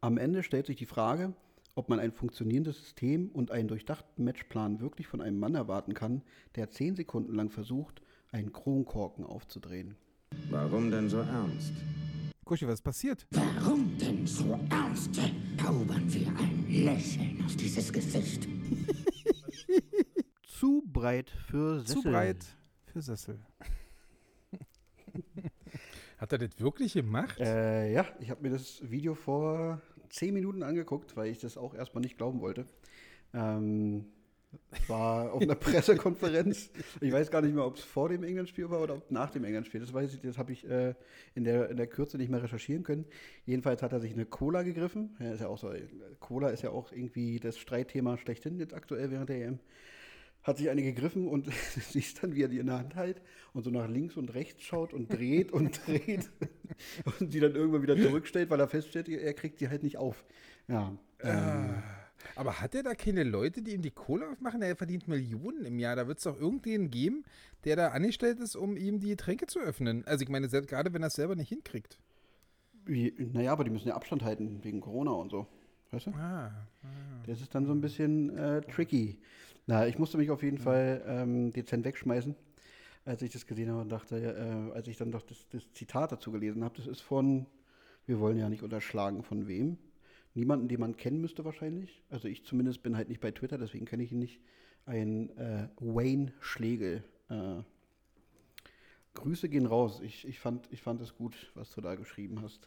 Am Ende stellt sich die Frage, ob man ein funktionierendes System und einen durchdachten Matchplan wirklich von einem Mann erwarten kann, der 10 Sekunden lang versucht, einen Kronkorken aufzudrehen. Warum denn so ernst? Kuschi, was ist passiert? Warum denn so ernst? Zaubern wir ein Lächeln auf dieses Gesicht. Zu breit für Sessel. Zu breit für Sessel. Hat er das wirklich gemacht? Ja, ich habe mir das Video vor 10 Minuten angeguckt, weil ich das auch erstmal nicht glauben wollte. War auf einer Pressekonferenz. Ich weiß gar nicht mehr, ob es vor dem England-Spiel war oder ob nach dem England-Spiel. Das weiß ich, das habe ich in der Kürze nicht mehr recherchieren können. Jedenfalls hat er sich eine Cola gegriffen. Ja, ist ja auch so, Cola ist ja auch irgendwie das Streitthema schlechthin jetzt aktuell während der EM. Hat sich eine gegriffen und siehst dann, wie er die in der Hand hält und so nach links und rechts schaut und dreht und dreht und die dann irgendwann wieder zurückstellt, weil er feststellt, er kriegt die halt nicht auf. Ja. Aber hat er da keine Leute, die ihm die Kohle aufmachen? Er verdient Millionen im Jahr. Da wird es doch irgendjemanden geben, der da angestellt ist, um ihm die Getränke zu öffnen. Also ich meine, gerade wenn er es selber nicht hinkriegt. Naja, aber die müssen ja Abstand halten wegen Corona und so. Weißt du? Das ist dann so ein bisschen tricky. Na, ich musste mich auf jeden Fall dezent wegschmeißen, als ich das gesehen habe und dachte, als ich dann doch das Zitat dazu gelesen habe, das ist von, wir wollen ja nicht unterschlagen, von wem? Niemanden, den man kennen müsste wahrscheinlich. Also ich zumindest bin halt nicht bei Twitter, deswegen kenne ich ihn nicht. Ein Wayne Schlegel. Grüße gehen raus. Ich fand es gut, was du da geschrieben hast.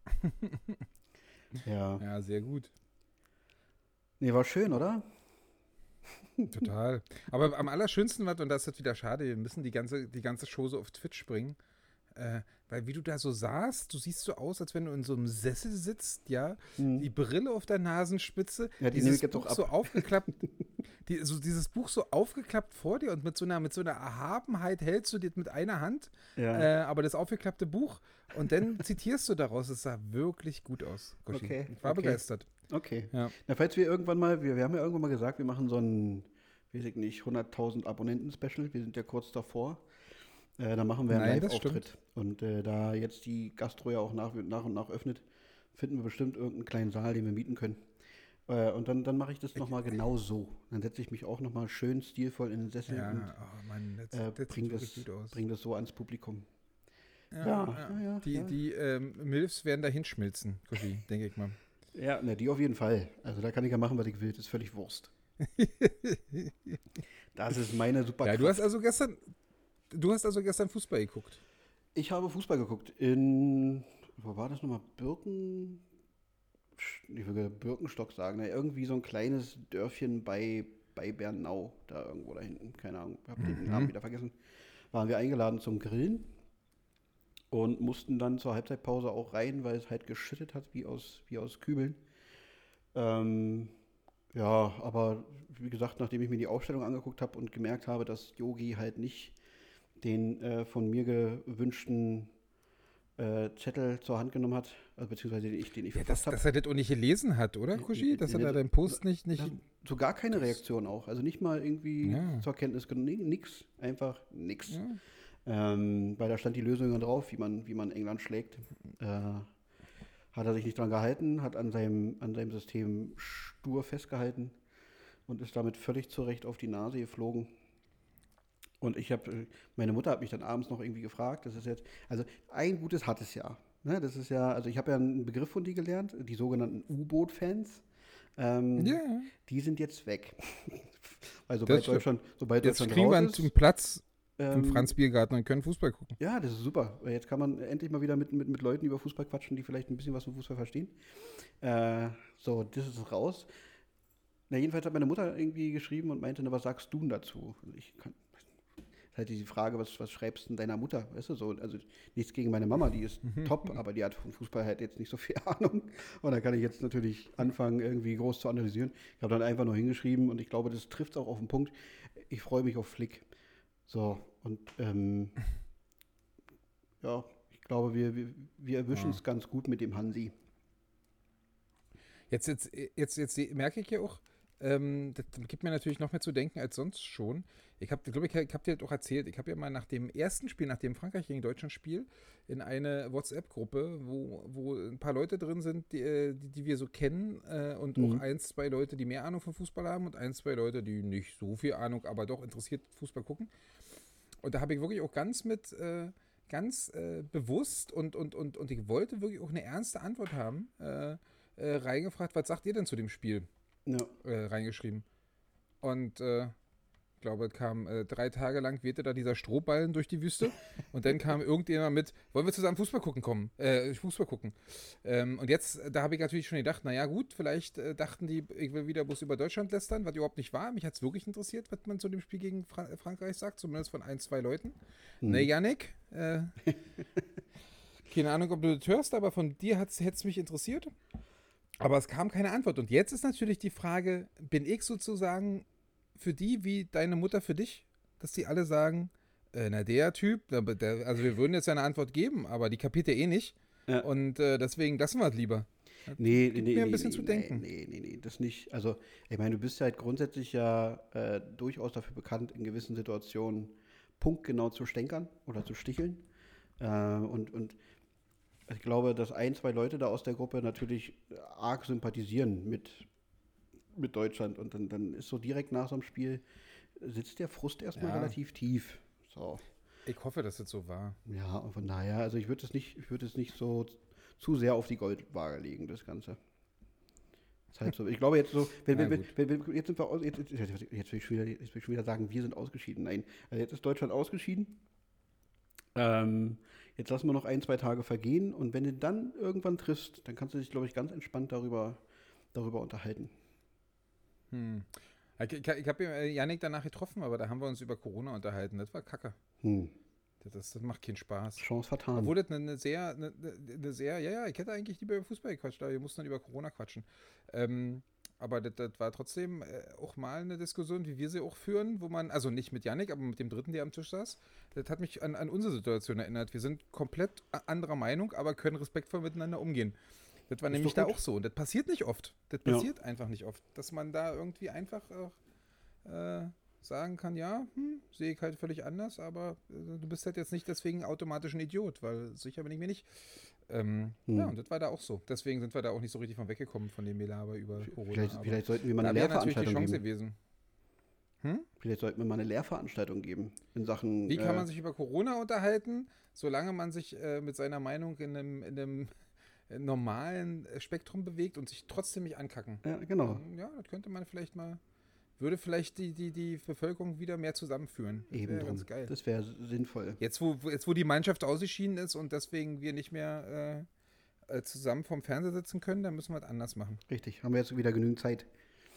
Ja. Ja, sehr gut. Nee, war schön, oder? Total. Aber am allerschönsten war, und das ist jetzt wieder schade, wir müssen die ganze Show so auf Twitch bringen, weil wie du da so saßt, du siehst so aus, als wenn du in so einem Sessel sitzt, ja, die Brille auf der Nasenspitze, Ja, die nehme ich dieses jetzt auch Buch ab. so aufgeklappt, dieses Buch so aufgeklappt vor dir und mit so einer Erhabenheit hältst du dir mit einer Hand, Ja. aber das aufgeklappte Buch und dann zitierst du daraus, es sah wirklich gut aus, Goshi. Okay, Ich war okay. begeistert. Okay. Ja. Na, falls wir irgendwann mal, wir haben ja irgendwann mal gesagt, wir machen so ein, weiß ich nicht, 100.000 Abonnenten-Special. Wir sind ja kurz davor. Dann machen wir einen Nein, das Live-Auftritt. Und da jetzt die Gastro ja auch nach und nach öffnet, finden wir bestimmt irgendeinen kleinen Saal, den wir mieten können. Und dann mache ich das nochmal genau so. Dann setze ich mich auch nochmal schön stilvoll in den Sessel Ja, und oh Mann, das bring sieht wirklich gut aus. das so ans Publikum. Ja. Die Milfs werden da hinschmilzen, Koshi, denke ich mal. Ja, na, die auf jeden Fall. Also da kann ich ja machen, was ich will. Das ist völlig Wurst. Das ist meine super Ja, du hast also gestern Fußball geguckt. Ich habe Fußball geguckt wo war das nochmal? Ich würde Birkenstock sagen. Ne? Irgendwie so ein kleines Dörfchen bei Bernau, da irgendwo da hinten. Keine Ahnung, habe den Namen wieder vergessen. Waren wir eingeladen zum Grillen und mussten dann zur Halbzeitpause auch rein, weil es halt geschüttet hat wie aus Kübeln. Ja, aber wie gesagt, nachdem ich mir die Aufstellung angeguckt habe und gemerkt habe, dass Yogi halt nicht den von mir gewünschten Zettel zur Hand genommen hat, also beziehungsweise den ich verfasst habe. Dass er das auch nicht gelesen hat, oder, Kushi? Dass er da deinen Post nicht... So gar keine Reaktion auch. Also nicht mal irgendwie zur Kenntnis genommen. Nee, nix. Einfach nix. Ja. Weil da stand die Lösung drauf, wie man England schlägt. Hat er sich nicht dran gehalten, hat an seinem System stur festgehalten und ist damit völlig zurecht auf die Nase geflogen. Und meine Mutter hat mich dann abends noch irgendwie gefragt, das ist jetzt, also ein Gutes hat es ja. Ne? Das ist ja, also ich habe ja einen Begriff von die gelernt, die sogenannten U-Boot-Fans. Die sind jetzt weg. Weil sobald Deutschland jetzt kriegen wir einen Platz im Franz-Biergarten und können Fußball gucken. Ja, das ist super. Jetzt kann man endlich mal wieder mit Leuten über Fußball quatschen, die vielleicht ein bisschen was von Fußball verstehen. So, das ist raus. Na, jedenfalls hat meine Mutter irgendwie geschrieben und meinte, na, was sagst du denn dazu? Ist halt die Frage, was schreibst du denn deiner Mutter? Weißt du, so, also nichts gegen meine Mama, die ist top, aber die hat vom Fußball halt jetzt nicht so viel Ahnung. Und da kann ich jetzt natürlich anfangen, irgendwie groß zu analysieren. Ich habe dann einfach nur hingeschrieben und ich glaube, das trifft auch auf den Punkt. Ich freue mich auf Flick. So, und ja, ich glaube, wir erwischen es ganz gut mit dem Hansi. Jetzt merke ich ja auch, Das gibt mir natürlich noch mehr zu denken als sonst schon. Ich glaube, ich habe dir das auch erzählt, ich habe ja mal nach dem ersten Spiel, nach dem Frankreich gegen Deutschland Spiel, in eine WhatsApp-Gruppe, wo ein paar Leute drin sind, die wir so kennen und auch ein, zwei Leute, die mehr Ahnung von Fußball haben und ein, zwei Leute, die nicht so viel Ahnung, aber doch interessiert Fußball gucken. Und da habe ich wirklich auch ganz bewusst und ich wollte wirklich auch eine ernste Antwort haben, reingefragt, was sagt ihr denn zu dem Spiel? Ja. Reingeschrieben. Und ich glaube, es kam 3 Tage lang wehte da dieser Strohballen durch die Wüste und dann kam irgendjemand mit, wollen wir zusammen Fußball gucken? Und jetzt, da habe ich natürlich schon gedacht, naja gut, vielleicht dachten die, ich will wieder bloß über Deutschland lästern, was überhaupt nicht war. Mich hat es wirklich interessiert, was man zu dem Spiel gegen Frankreich sagt, zumindest von ein, zwei Leuten. Ne, Yannick, keine Ahnung, ob du das hörst, aber von dir hätte es mich interessiert. Aber es kam keine Antwort. Und jetzt ist natürlich die Frage, bin ich sozusagen für die wie deine Mutter für dich? Dass die alle sagen, na der Typ, also wir würden jetzt ja eine Antwort geben, aber die kapiert er eh nicht. Ja. Und deswegen lassen wir es lieber. Nee, Gibt mir ein bisschen zu denken. Nee, das nicht. Also, ich meine, du bist halt grundsätzlich ja durchaus dafür bekannt, in gewissen Situationen punktgenau zu stänkern oder zu sticheln. Und ich glaube, dass ein, zwei Leute da aus der Gruppe natürlich arg sympathisieren mit Deutschland. Und dann ist so direkt nach so einem Spiel, sitzt der Frust erstmal relativ tief. So. Ich hoffe, dass das so war. Ja, und von daher, also ich würde es nicht so zu sehr auf die Goldwaage legen, das Ganze. Ist halt so. Ich glaube jetzt so, jetzt sind wir jetzt will ich schon wieder sagen, wir sind ausgeschieden. Nein, also jetzt ist Deutschland ausgeschieden. Jetzt lassen wir noch 1, 2 Tage vergehen und wenn du dann irgendwann triffst, dann kannst du dich, glaube ich, ganz entspannt darüber unterhalten. Ich habe Yannick danach getroffen, aber da haben wir uns über Corona unterhalten. Das war kacke. Das macht keinen Spaß. Chance vertan. Obwohl das eine sehr, ja, ich hätte eigentlich lieber über Fußball gequatscht, aber wir mussten dann über Corona quatschen. Aber das war trotzdem auch mal eine Diskussion, wie wir sie auch führen, wo man, also nicht mit Yannick, aber mit dem Dritten, der am Tisch saß. Das hat mich an unsere Situation erinnert. Wir sind komplett anderer Meinung, aber können respektvoll miteinander umgehen. Das war nämlich da auch so. Und das passiert nicht oft. Das passiert einfach nicht oft. Dass man da irgendwie einfach sagen kann, ja, sehe ich halt völlig anders, aber du bist halt jetzt nicht deswegen automatisch ein Idiot, weil sicher bin ich mir nicht. Ja, und das war da auch so. Deswegen sind wir da auch nicht so richtig von weggekommen von dem Gelaber über Corona. Vielleicht sollten wir mal eine Lehrveranstaltung geben. Gewesen. Vielleicht sollten wir mal eine Lehrveranstaltung geben in Sachen. Wie kann man sich über Corona unterhalten, solange man sich mit seiner Meinung in einem normalen Spektrum bewegt und sich trotzdem nicht ankacken? Ja, genau. Ja, das könnte man vielleicht mal. Würde vielleicht die Bevölkerung wieder mehr zusammenführen. Das Eben drum. Ganz geil. Das wäre sinnvoll. Jetzt, wo die Mannschaft ausgeschieden ist und deswegen wir nicht mehr zusammen vorm Fernseher sitzen können, dann müssen wir es anders machen. Richtig, haben wir jetzt wieder genügend Zeit.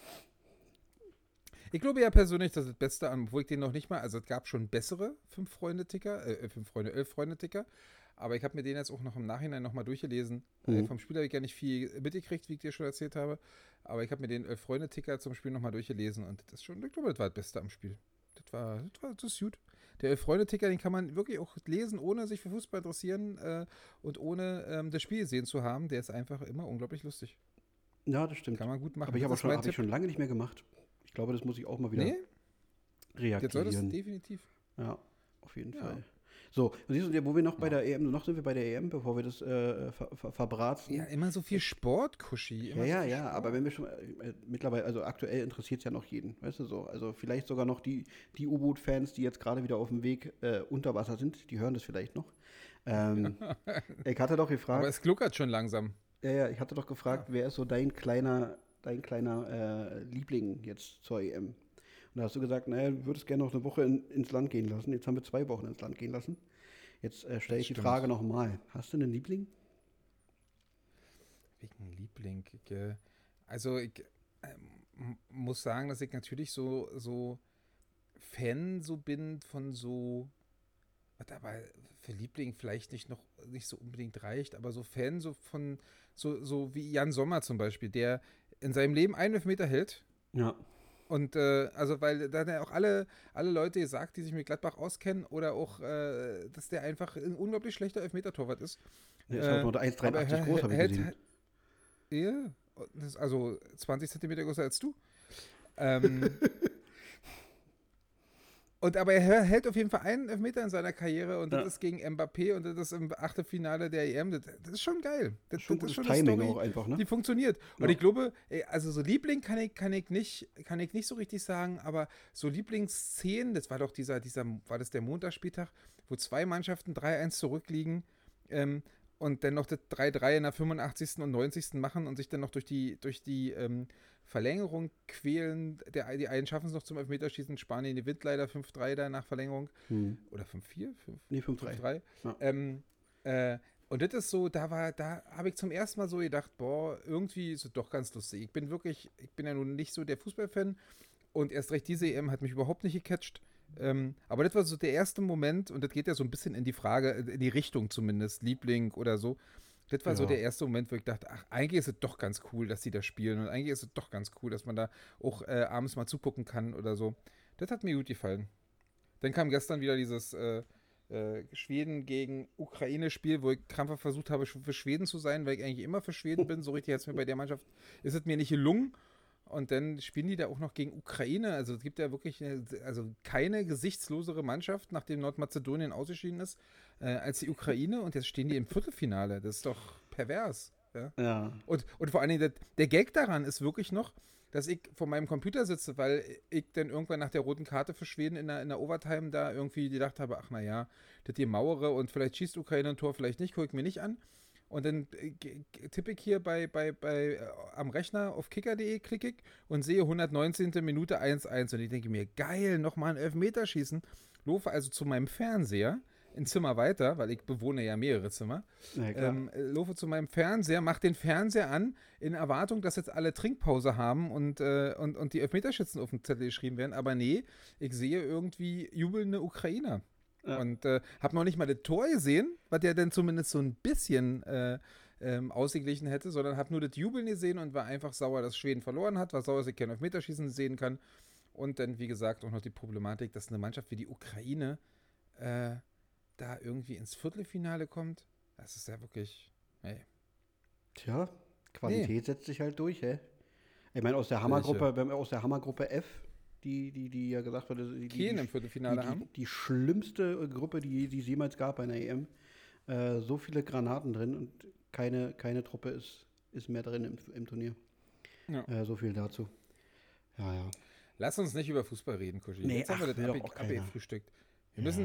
Ich glaube ja persönlich, dass das Beste an, obwohl ich den noch nicht mal, also es gab schon bessere 11 Freunde-Ticker, aber ich habe mir den jetzt auch noch im Nachhinein nochmal durchgelesen. Vom Spiel habe ich gar nicht viel mitgekriegt, wie ich dir schon erzählt habe, aber ich habe mir den 11 Freunde-Ticker zum Spiel nochmal durchgelesen und das schon, ich glaube, das war das Beste am Spiel. Das ist gut. Der 11 Freunde-Ticker, den kann man wirklich auch lesen, ohne sich für Fußball interessieren und ohne das Spiel gesehen zu haben. Der ist einfach immer unglaublich lustig. Ja, das stimmt. Kann man gut machen. Aber hab ich schon lange nicht mehr gemacht. Ich glaube, das muss ich auch mal wieder reaktivieren. Jetzt soll das definitiv. Ja, auf jeden Fall. So, und siehst du, wo wir noch bei der EM, noch sind wir bei der EM, bevor wir das verbraten. Ja, immer so viel Sport, Kuschi. Ja, aber wenn wir schon, mittlerweile, also aktuell interessiert es ja noch jeden, weißt du so. Also vielleicht sogar noch die U-Boot-Fans, die jetzt gerade wieder auf dem Weg unter Wasser sind, die hören das vielleicht noch. Ich hatte doch gefragt. Aber es gluckert schon langsam. Ja, ich hatte doch gefragt, wer ist so dein kleiner Liebling jetzt zur EM? Und da hast du gesagt, naja, du würdest gerne noch eine Woche ins Land gehen lassen. Jetzt haben wir 2 Wochen ins Land gehen lassen. Jetzt stelle ich die Frage nochmal. Hast du einen Liebling? Wegen Liebling? Ich muss sagen, dass ich natürlich so Fan bin von so, was aber für Liebling vielleicht nicht so unbedingt reicht, aber so Fan so von so wie Jan Sommer zum Beispiel, der in seinem Leben einen Elfmeter hält. Ja. Und also, weil dann ja auch alle Leute gesagt, die sich mit Gladbach auskennen oder auch, dass der einfach ein unglaublich schlechter Elfmeter-Torwart ist. Der ist auch nur 1,83 groß, habe ich gesehen. Ja, das ist also 20 Zentimeter größer als du. Aber er hält auf jeden Fall einen Elfmeter in seiner Karriere und das ist gegen Mbappé und das ist im Achtelfinale der EM. Das ist schon geil. Das Schon ist gutes schon Timing eine Story, auch einfach, ne? die funktioniert. Und Ja. ich glaube, also so Liebling kann ich nicht so richtig sagen, aber so Lieblingsszenen, das war doch war das der Montagsspieltag, wo zwei Mannschaften 3-1 zurückliegen und dann noch das 3-3 in der 85. und 90. machen und sich dann noch durch die Verlängerung quälen. Die einen schaffen es noch zum Elfmeterschießen. Spanien gewinnt leider 5-3 da nach Verlängerung. Oder 5-4? Nee, 5-3. 5-3. Ja. Und das ist so, da habe ich zum ersten Mal so gedacht, boah, irgendwie ist es doch ganz lustig. Ich bin ja nun nicht so der Fußballfan und erst recht diese EM hat mich überhaupt nicht gecatcht. Aber das war so der erste Moment und das geht ja so ein bisschen in die Frage, in die Richtung zumindest, Liebling oder so. Das war so der erste Moment, wo ich dachte, ach, eigentlich ist es doch ganz cool, dass die da spielen und eigentlich ist es doch ganz cool, dass man da auch abends mal zugucken kann oder so. Das hat mir gut gefallen. Dann kam gestern wieder dieses Schweden gegen Ukraine-Spiel, wo ich krampfhaft versucht habe, für Schweden zu sein, weil ich eigentlich immer für Schweden bin. So richtig jetzt mir bei der Mannschaft ist es mir nicht gelungen. Und dann spielen die da auch noch gegen Ukraine. Also es gibt ja wirklich keine gesichtslosere Mannschaft, nachdem Nordmazedonien ausgeschieden ist, als die Ukraine. Und jetzt stehen die im Viertelfinale. Das ist doch pervers. Ja. Und vor allen Dingen, der Gag daran ist wirklich noch, dass ich vor meinem Computer sitze, weil ich dann irgendwann nach der roten Karte für Schweden in der Overtime da irgendwie gedacht habe, ach naja, das hier mauere und vielleicht schießt Ukraine ein Tor, vielleicht nicht, gucke ich mir nicht an. Und dann tippe ich hier am Rechner auf kicker.de, klicke ich und sehe 119. Minute 1-1. Und ich denke mir, geil, nochmal ein Elfmeterschießen. Laufe also zu meinem Fernseher, ein Zimmer weiter, weil ich bewohne ja mehrere Zimmer. Ja, Laufe zu meinem Fernseher, mache den Fernseher an, in Erwartung, dass jetzt alle Trinkpause haben und die Elfmeterschützen auf dem Zettel geschrieben werden. Aber nee, ich sehe irgendwie jubelnde Ukrainer. Ja. Und habe noch nicht mal das Tor gesehen, was der dann zumindest so ein bisschen ausgeglichen hätte, sondern habe nur das Jubeln gesehen und war einfach sauer, dass Schweden verloren hat, war sauer, dass ich kein Elfmeterschießen sehen kann. Und dann, wie gesagt, auch noch die Problematik, dass eine Mannschaft wie die Ukraine da irgendwie ins Viertelfinale kommt. Das ist ja wirklich, hey. Tja, Qualität setzt sich halt durch, hä? Ich meine, aus der Hammergruppe F, die ja gesagt wurde, im Viertelfinale haben. Die schlimmste Gruppe, die es jemals gab bei einer EM. So viele Granaten drin und keine Truppe ist mehr drin im Turnier. Ja. So viel dazu. Ja. Lass uns nicht über Fußball reden, Kuschi. Nee, jetzt haben wir das abgefrühstückt. Wir müssen,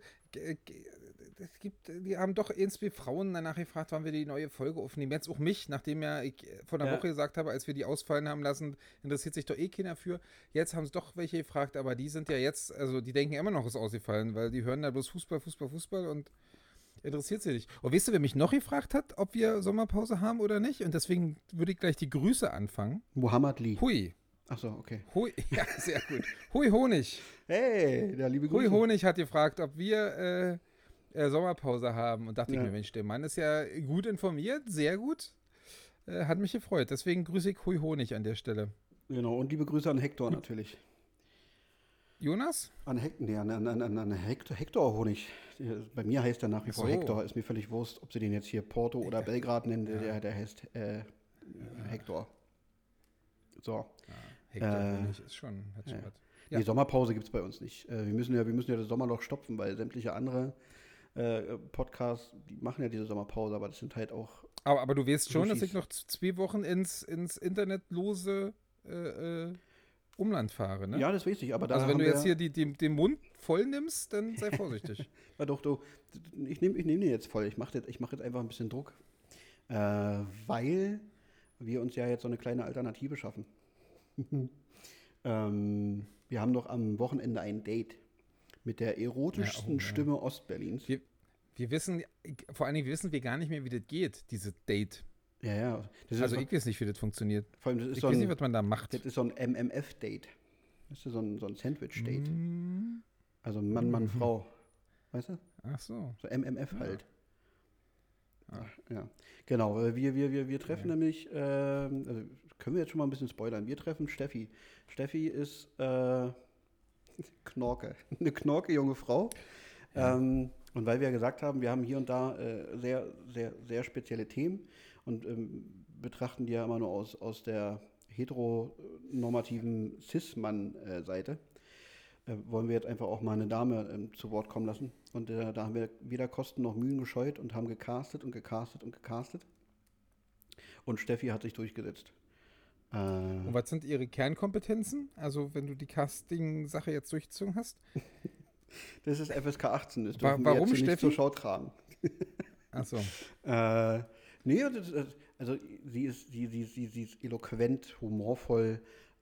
die haben doch irgendwie Frauen danach gefragt, wann wir die neue Folge aufnehmen. Jetzt auch mich, nachdem ich vor einer Woche gesagt habe, als wir die ausfallen haben lassen, interessiert sich doch eh keiner für. Jetzt haben es doch welche gefragt, aber die sind ja jetzt, also die denken immer noch, es ist ausgefallen, weil die hören da bloß Fußball und interessiert sie nicht. Und weißt du, wer mich noch gefragt hat, ob wir Sommerpause haben oder nicht? Und deswegen würde ich gleich die Grüße anfangen. Muhammad Lee. Hui. Achso, okay. Hui, ja, sehr gut. Hui Honig. Hey, der liebe Grüße. Hui Honig hat gefragt, ob wir Sommerpause haben. Und dachte ich mir, Mensch, der Mann ist ja gut informiert, sehr gut. Hat mich gefreut. Deswegen grüße ich Hui Honig an der Stelle. Genau, und liebe Grüße an Hector natürlich. Jonas? An Hector Honig. Bei mir heißt er nach wie vor Hector. Ist mir völlig Wurst, ob sie den jetzt hier Porto oder Belgrad nennen. Der heißt Hector. So. Hector Honig ist schon, hat schon was. Ja. Die Sommerpause gibt es bei uns nicht. Wir müssen ja das Sommerloch stopfen, weil sämtliche andere Podcasts, die machen ja diese Sommerpause, aber das sind halt auch. Aber du weißt schon, dass ich noch 2 Wochen ins internetlose Umland fahre, ne? Ja, das weiß ich, aber da also wenn du jetzt hier den Mund voll nimmst, dann sei vorsichtig. Ja, doch, ich nehm den jetzt voll. Ich mach jetzt einfach ein bisschen Druck, weil wir uns ja jetzt so eine kleine Alternative schaffen. Wir haben doch am Wochenende ein Date mit der erotischsten Stimme Ostberlins. Wir wissen, vor allen Dingen wissen wir gar nicht mehr, wie das geht, dieses Date. Ja. Also ich weiß nicht, wie das funktioniert. Vor allem, ich weiß nicht, was man da macht. Das ist so ein MMF-Date. Das ist so ein Sandwich-Date. Also Mann, Frau. Weißt du? Ach so. So MMF halt. Ja. Genau, wir treffen nämlich, also können wir jetzt schon mal ein bisschen spoilern. Wir treffen Steffi. Steffi ist Knorke. Eine Knorke junge Frau. Ja. Und weil wir ja gesagt haben, wir haben hier und da sehr, sehr, sehr spezielle Themen und betrachten die ja immer nur aus der heteronormativen Cis-Mann-Seite wollen wir jetzt einfach auch mal eine Dame zu Wort kommen lassen. Und da haben wir weder Kosten noch Mühen gescheut und haben gecastet und gecastet und gecastet. Und Steffi hat sich durchgesetzt. Und was sind Ihre Kernkompetenzen? Also wenn du die Casting-Sache jetzt durchgezogen hast? Das ist FSK 18. Das Warum, wir jetzt nicht Steffi? zur Schau tragen. Achso. Nee, also sie ist eloquent, humorvoll,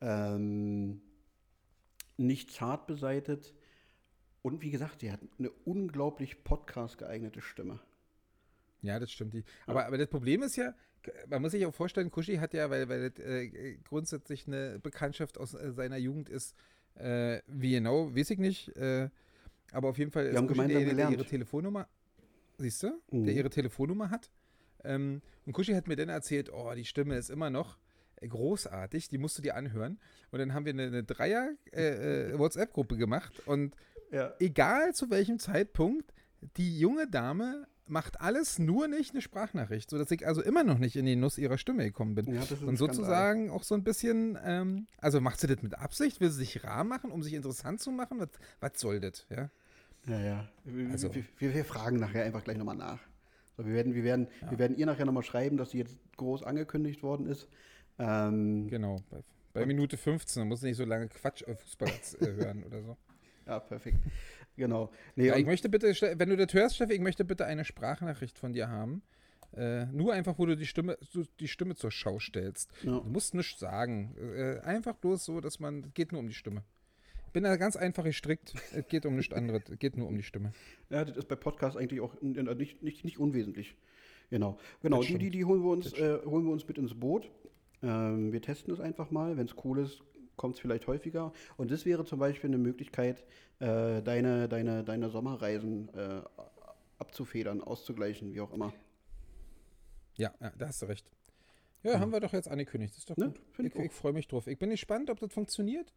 nicht zart beseitet und wie gesagt, sie hat eine unglaublich podcast-geeignete Stimme. Ja, das stimmt. Aber das Problem ist ja, man muss sich auch vorstellen, Kuschi hat ja, weil das grundsätzlich eine Bekanntschaft aus seiner Jugend ist, wie genau, weiß ich nicht, aber auf jeden Fall ist haben Kuschi gemeinsam der gelernt. ihre Telefonnummer, siehst du, Mhm. der ihre Telefonnummer hat. Und Kuschi hat mir dann erzählt, oh, die Stimme ist immer noch großartig, die musst du dir anhören. Und dann haben wir eine Dreier-WhatsApp-Gruppe gemacht und Ja. egal zu welchem Zeitpunkt, die junge Dame macht alles, nur nicht eine Sprachnachricht, sodass ich also immer noch nicht in die Nuss ihrer Stimme gekommen bin. Ja, das ist ein Und Skandal. sozusagen auch so ein bisschen, also macht sie das mit Absicht? Will sie sich rar machen, um sich interessant zu machen? Was soll das? Ja? Ja. Also- Wir fragen nachher einfach gleich nochmal nach. So, wir werden ihr nachher nochmal schreiben, dass sie jetzt groß angekündigt worden ist. Genau, bei Minute 15, man muss nicht so lange Quatsch auf Fußball hören oder so. Ja, perfekt. Genau. Nee, Ja, ich und- möchte bitte, wenn du das hörst, Steffi, ich möchte bitte eine Sprachnachricht von dir haben. Nur einfach, wo du die Stimme zur Schau stellst. Ja. Du musst nichts sagen. Einfach bloß so, dass man, es geht nur um die Stimme. Ich bin da ganz einfach gestrickt. Es geht um nichts anderes. Es geht nur um die Stimme. Ja, das ist bei Podcasts eigentlich auch nicht unwesentlich. Genau. Das Die stimmt. holen wir uns mit ins Boot. Wir testen es einfach mal. Wenn es cool ist, kommt es vielleicht häufiger. Und das wäre zum Beispiel eine Möglichkeit, deine Sommerreisen abzufedern, auszugleichen, wie auch immer. Ja, da hast du recht. Ja, haben wir doch jetzt angekündigt. Das ist doch Ne? gut. Find ich Ich freue mich drauf. Ich bin gespannt, ob das funktioniert.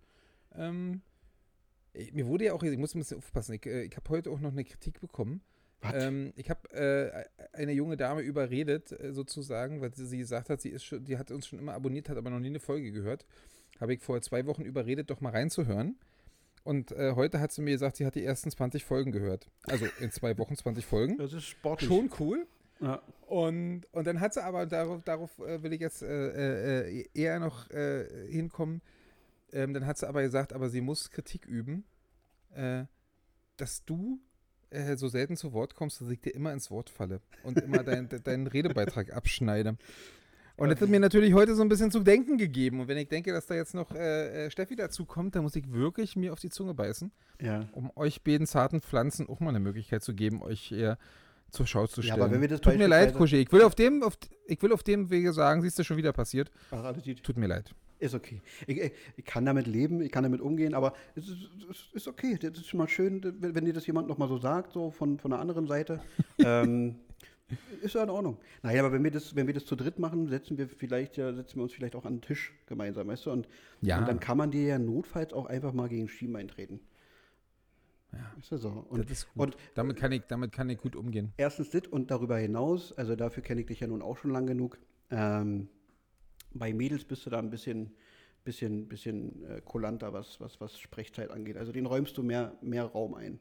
Mir wurde ja auch, ich muss ein bisschen aufpassen, ich habe heute auch noch eine Kritik bekommen. Was? Ich habe eine junge Dame überredet, sozusagen, weil sie gesagt hat, die hat uns schon immer abonniert, hat aber noch nie eine Folge gehört. Habe ich vor 2 Wochen überredet, doch mal reinzuhören. Und heute hat sie mir gesagt, sie hat die ersten 20 Folgen gehört. Also in 2 Wochen 20 Folgen. Das ist sportlich. Schon cool. Ja. Und dann hat sie aber, darauf will ich jetzt eher noch hinkommen, dann hat sie aber gesagt, aber sie muss Kritik üben, dass du so selten zu Wort kommst, dass ich dir immer ins Wort falle und immer deinen Redebeitrag abschneide. Und das hat mir natürlich heute so ein bisschen zu denken gegeben. Und wenn ich denke, dass da jetzt noch Steffi dazu kommt, dann muss ich wirklich mir auf die Zunge beißen, Ja. um euch beiden zarten Pflanzen auch mal eine Möglichkeit zu geben, euch eher zur Schau zu Ja, stellen. aber wenn wir das Tut mir leid, beispielsweise- Kuschi. Ich will auf dem Wege sagen, siehst du, schon wieder passiert. Ach, alles gut. Tut mir leid. Ist okay. Ich kann damit leben, ich kann damit umgehen, aber es ist okay. Das ist schon mal schön, wenn dir das jemand nochmal so sagt, so von einer anderen Seite. Ist ja in Ordnung. Naja, aber wenn wir das zu dritt machen, setzen wir uns vielleicht auch an den Tisch gemeinsam, weißt du? Und dann kann man dir ja notfalls auch einfach mal gegen Schienbein treten. Ja. Ist ja so. Das ist gut. Damit kann ich gut umgehen. Erstens das und darüber hinaus, also dafür kenne ich dich ja nun auch schon lang genug. Bei Mädels bist du da ein bisschen kulanter, was Sprechzeit angeht. Also den räumst du mehr Raum ein.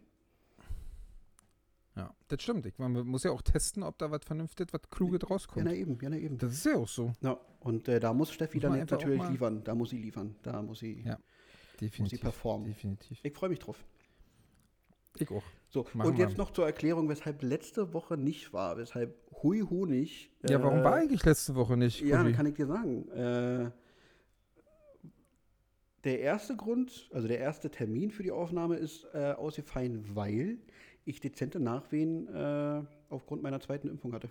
Ja, das stimmt. Man muss ja auch testen, ob da was Vernünftiges, was Kluges Ja, rauskommt. na eben. Das ist ja auch so. Ja, und da muss Steffi Muss dann man jetzt einfach auch natürlich mal- liefern. Da muss sie liefern. Da muss sie, Ja. Definitiv. performen. Definitiv. Ich freue mich drauf. Ich auch. So, Machen und wir. jetzt noch zur Erklärung, weshalb letzte Woche nicht war, weshalb Hui Honig. Ja, warum war eigentlich letzte Woche nicht, Ja, Kuschi? dann kann ich dir sagen. Der erste Grund, also der erste Termin für die Aufnahme ist ausgefallen, weil ich dezente Nachwehen aufgrund meiner zweiten Impfung hatte.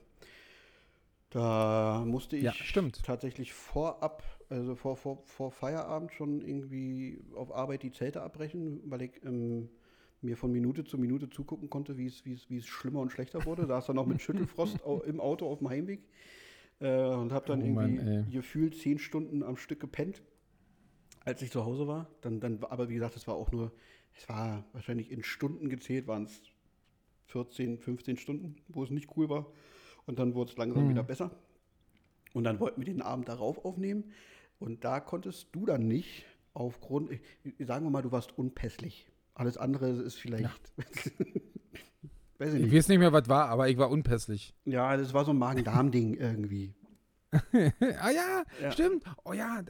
Da musste ich Ja, stimmt. tatsächlich vorab, also vor Feierabend schon irgendwie auf Arbeit die Zelte abbrechen, weil ich mir von Minute zu Minute zugucken konnte, wie es schlimmer und schlechter wurde. Da saß dann noch mit Schüttelfrost im Auto auf dem Heimweg und habe dann Oh irgendwie Mann, ey. gefühlt 10 Stunden am Stück gepennt, als ich zu Hause war. Aber wie gesagt, es war wahrscheinlich in Stunden gezählt, waren es 14, 15 Stunden, wo es nicht cool war. Und dann wurde es langsam wieder besser. Und dann wollten wir den Abend darauf aufnehmen. Und da konntest du dann nicht aufgrund, sagen wir mal, du warst unpässlich. Alles andere ist vielleicht, weiß ich Ich nicht. weiß nicht mehr, was war, aber ich war unpässlich. Ja, das war so ein Magen-Darm-Ding irgendwie. Ah ja, Ja. stimmt. Oh ja,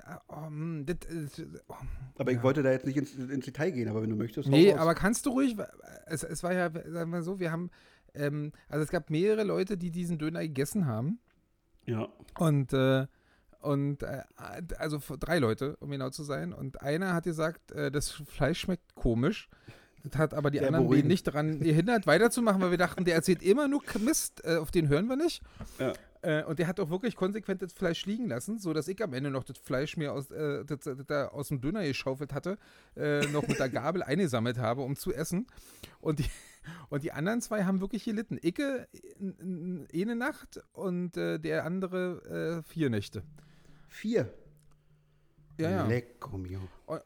Aber ich wollte da jetzt nicht ins Detail gehen, aber wenn du möchtest, hau nee, raus. aber kannst du ruhig, es war ja, sagen wir so, wir haben, also es gab mehrere Leute, die diesen Döner gegessen haben Ja. und also 3 Leute, um genau zu sein, und einer hat gesagt, das Fleisch schmeckt komisch. Das hat aber die Sehr anderen beruhigend. nicht daran gehindert, weiterzumachen, weil wir dachten, der erzählt immer nur Mist, auf den hören wir nicht. Ja. Und der hat auch wirklich konsequent das Fleisch liegen lassen, sodass ich am Ende noch das Fleisch mir aus dem Döner geschaufelt hatte, noch mit der Gabel eingesammelt habe, um zu essen. Und die anderen 2 haben wirklich gelitten. Icke eine Nacht und der andere 4 Nächte. 4. Ja, ja. Lecco mio.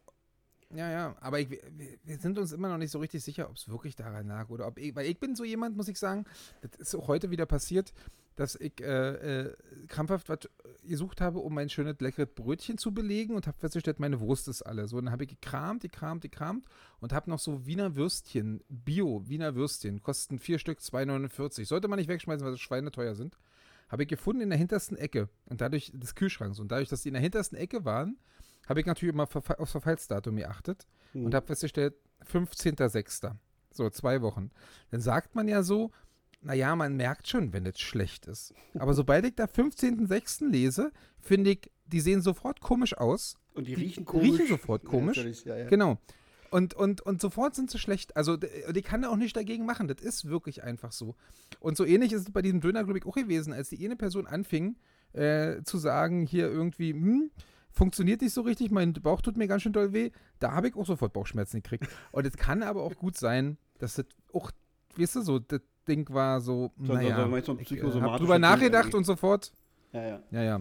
Ja, aber wir sind uns immer noch nicht so richtig sicher, ob es wirklich daran lag oder ob ich, weil ich bin so jemand, muss ich sagen, das ist auch heute wieder passiert, dass ich krampfhaft was gesucht habe, um mein schönes, leckeres Brötchen zu belegen und habe festgestellt, meine Wurst ist alle. So, dann habe ich gekramt und habe noch so Wiener Würstchen, Bio-Wiener Würstchen, kosten 4 Stück 2,49. Sollte man nicht wegschmeißen, weil sie schweineteuer sind. Habe ich gefunden in der hintersten Ecke und dadurch des Kühlschranks. Und dadurch, dass die in der hintersten Ecke waren, habe ich natürlich immer aufs Verfallsdatum geachtet und habe festgestellt, 15.06. So, 2 Wochen. Dann sagt man ja so, naja, man merkt schon, wenn es schlecht ist. Aber sobald ich da 15.06. lese, finde ich, die sehen sofort komisch aus. Und die Die riechen komisch. riechen sofort komisch. Ja, natürlich, ja. Genau. Und sofort sind sie schlecht. Also, die kann da auch nicht dagegen machen. Das ist wirklich einfach so. Und so ähnlich ist es bei diesem Döner, glaube ich, auch gewesen, als die eine Person anfing, zu sagen, hier irgendwie, funktioniert nicht so richtig, mein Bauch tut mir ganz schön doll weh. Da habe ich auch sofort Bauchschmerzen gekriegt. Und es kann aber auch gut sein, dass das auch, weißt du, so, das Ding war so, naja, meinst du ein ich psychosomatisches habe drüber Ding nachgedacht irgendwie? und sofort, Ja. ja.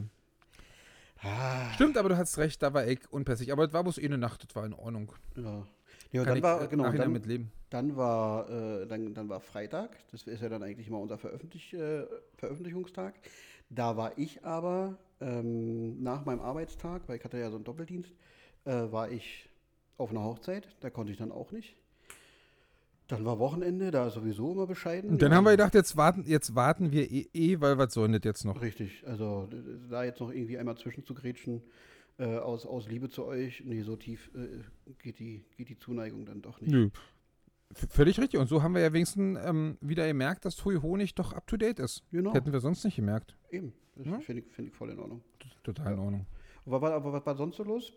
Ah, Stimmt, aber du hast recht, da war ich unpässig. Aber es war bloß eine Nacht, das war in Ordnung. ja. Ja, Kann dann ich war, genau, nachher dann, mit leben. dann war Freitag, das ist ja dann eigentlich immer unser Veröffentlichungstag. Da war ich aber nach meinem Arbeitstag, weil ich hatte ja so einen Doppeldienst, war ich auf einer Hochzeit, da konnte ich dann auch nicht. Dann war Wochenende, da ist sowieso immer bescheiden. Und dann haben wir gedacht, jetzt warten wir weil was soll denn das jetzt noch? Richtig, also da jetzt noch irgendwie einmal zwischen zu grätschen, aus Liebe zu euch, nee, so tief geht die Zuneigung dann doch nicht. Nö. Völlig richtig. Und so haben wir ja wenigstens wieder gemerkt, dass Tui Honig doch up to date ist. Genau. Hätten wir sonst nicht gemerkt. Eben, das Ja. finde ich voll in Ordnung. Total in Ordnung. Und was war sonst so los?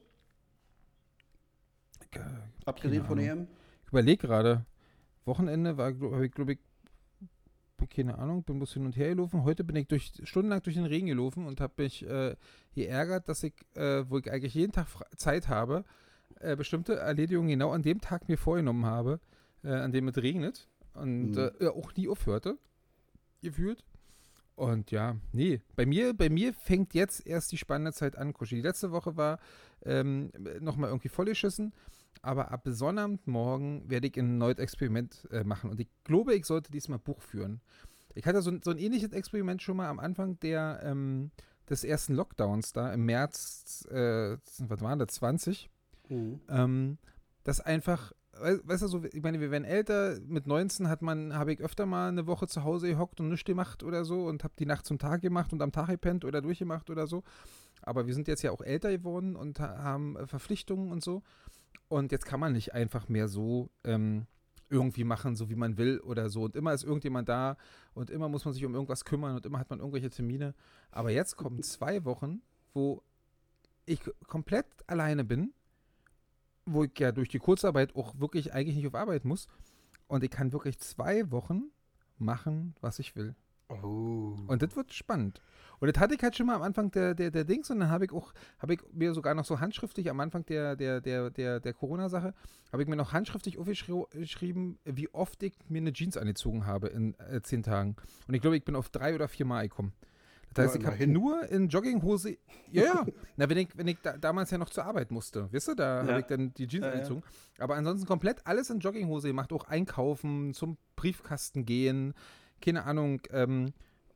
Abgesehen Keine von Ahnung. EM? Ich überlege gerade. Wochenende war, glaube ich, keine Ahnung, bin bloß hin und her gelaufen. Heute bin ich stundenlang durch den Regen gelaufen und habe mich geärgert, dass ich, wo ich eigentlich jeden Tag Zeit habe, bestimmte Erledigungen genau an dem Tag mir vorgenommen habe, an dem es regnet und auch nie aufhörte, gefühlt. Und ja, nee, bei mir fängt jetzt erst die spannende Zeit an, Kuschi. Die letzte Woche war nochmal irgendwie vollgeschissen, aber ab Sonnabendmorgen werde ich ein neues Experiment machen. Und ich glaube, ich sollte diesmal Buch führen. Ich hatte so ein ähnliches Experiment schon mal am Anfang des ersten Lockdowns da im März, was waren das, 20? Das einfach, weißt du, so, ich meine, wir werden älter, mit 19 habe ich öfter mal eine Woche zu Hause gehockt und nichts gemacht oder so und habe die Nacht zum Tag gemacht und am Tag gepennt oder durchgemacht oder so. Aber wir sind jetzt ja auch älter geworden und haben Verpflichtungen und so. Und jetzt kann man nicht einfach mehr so irgendwie machen, so wie man will oder so. Und immer ist irgendjemand da und immer muss man sich um irgendwas kümmern und immer hat man irgendwelche Termine. Aber jetzt kommen 2 Wochen, wo ich komplett alleine bin, wo ich ja durch die Kurzarbeit auch wirklich eigentlich nicht auf Arbeit muss. Und ich kann wirklich 2 Wochen machen, was ich will. Oh. Und das wird spannend. Und das hatte ich halt schon mal am Anfang der Dings und dann habe ich mir sogar noch so handschriftlich am Anfang der Corona-Sache, habe ich mir noch handschriftlich aufgeschrieben, wie oft ich mir eine Jeans angezogen habe in 10 Tagen. Und ich glaube, ich bin auf 3 oder 4 Mal gekommen. Das heißt, ich habe nur in Jogginghose, ja, na, wenn ich damals ja noch zur Arbeit musste, weißt du, da habe ich dann die Jeans angezogen. Aber ansonsten komplett alles in Jogginghose gemacht, auch einkaufen, zum Briefkasten gehen, keine Ahnung,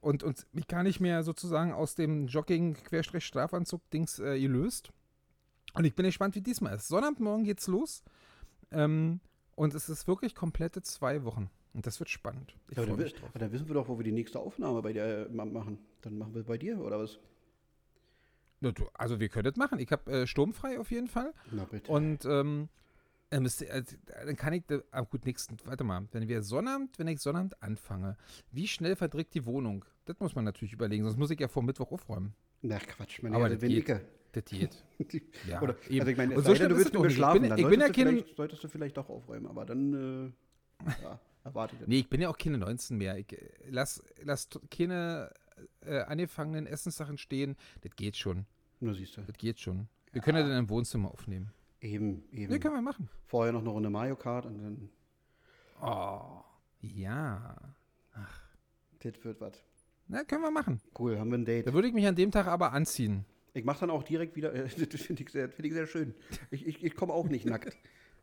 und mich gar nicht mehr sozusagen aus dem Jogging-Schlafanzug-Dings gelöst. Und ich bin gespannt, wie diesmal ist. Sonnabendmorgen geht's los. Und es ist wirklich komplette 2 Wochen. Und das wird spannend. Ich Ja, freue mich drauf. aber dann wissen wir doch, wo wir die nächste Aufnahme bei dir machen. Dann machen wir bei dir, oder was? Also wir können das machen. Ich habe sturmfrei auf jeden Fall. Na bitte. Und dann kann ich, gut, warte mal, wenn ich Sonnabend anfange, wie schnell verdreckt die Wohnung? Das muss man natürlich überlegen, sonst muss ich ja vor Mittwoch aufräumen. Na Quatsch, meine Aber Herren, das geht. Das geht. Ja, Ja, oder, eben. also ich meine, Und es so sei denn, schlimm du ist willst es mit auch mir nicht. schlafen, dann solltest du vielleicht doch aufräumen, aber dann ja, erwarte ich das. Nee, ich bin ja auch keine 19 mehr. Ich lass keine angefangenen Essenssachen stehen. Das geht schon. Nur siehst du. Das geht schon. Wir können ja dann im Wohnzimmer aufnehmen. Eben. Nee, können wir machen. Vorher noch eine Runde Mario Kart und dann, Oh, ja. das wird was. Na, können wir machen. Cool, haben wir ein Date. Da würde ich mich an dem Tag aber anziehen. Ich mache dann auch direkt wieder, das finde ich sehr schön. Ich komme auch nicht nackt.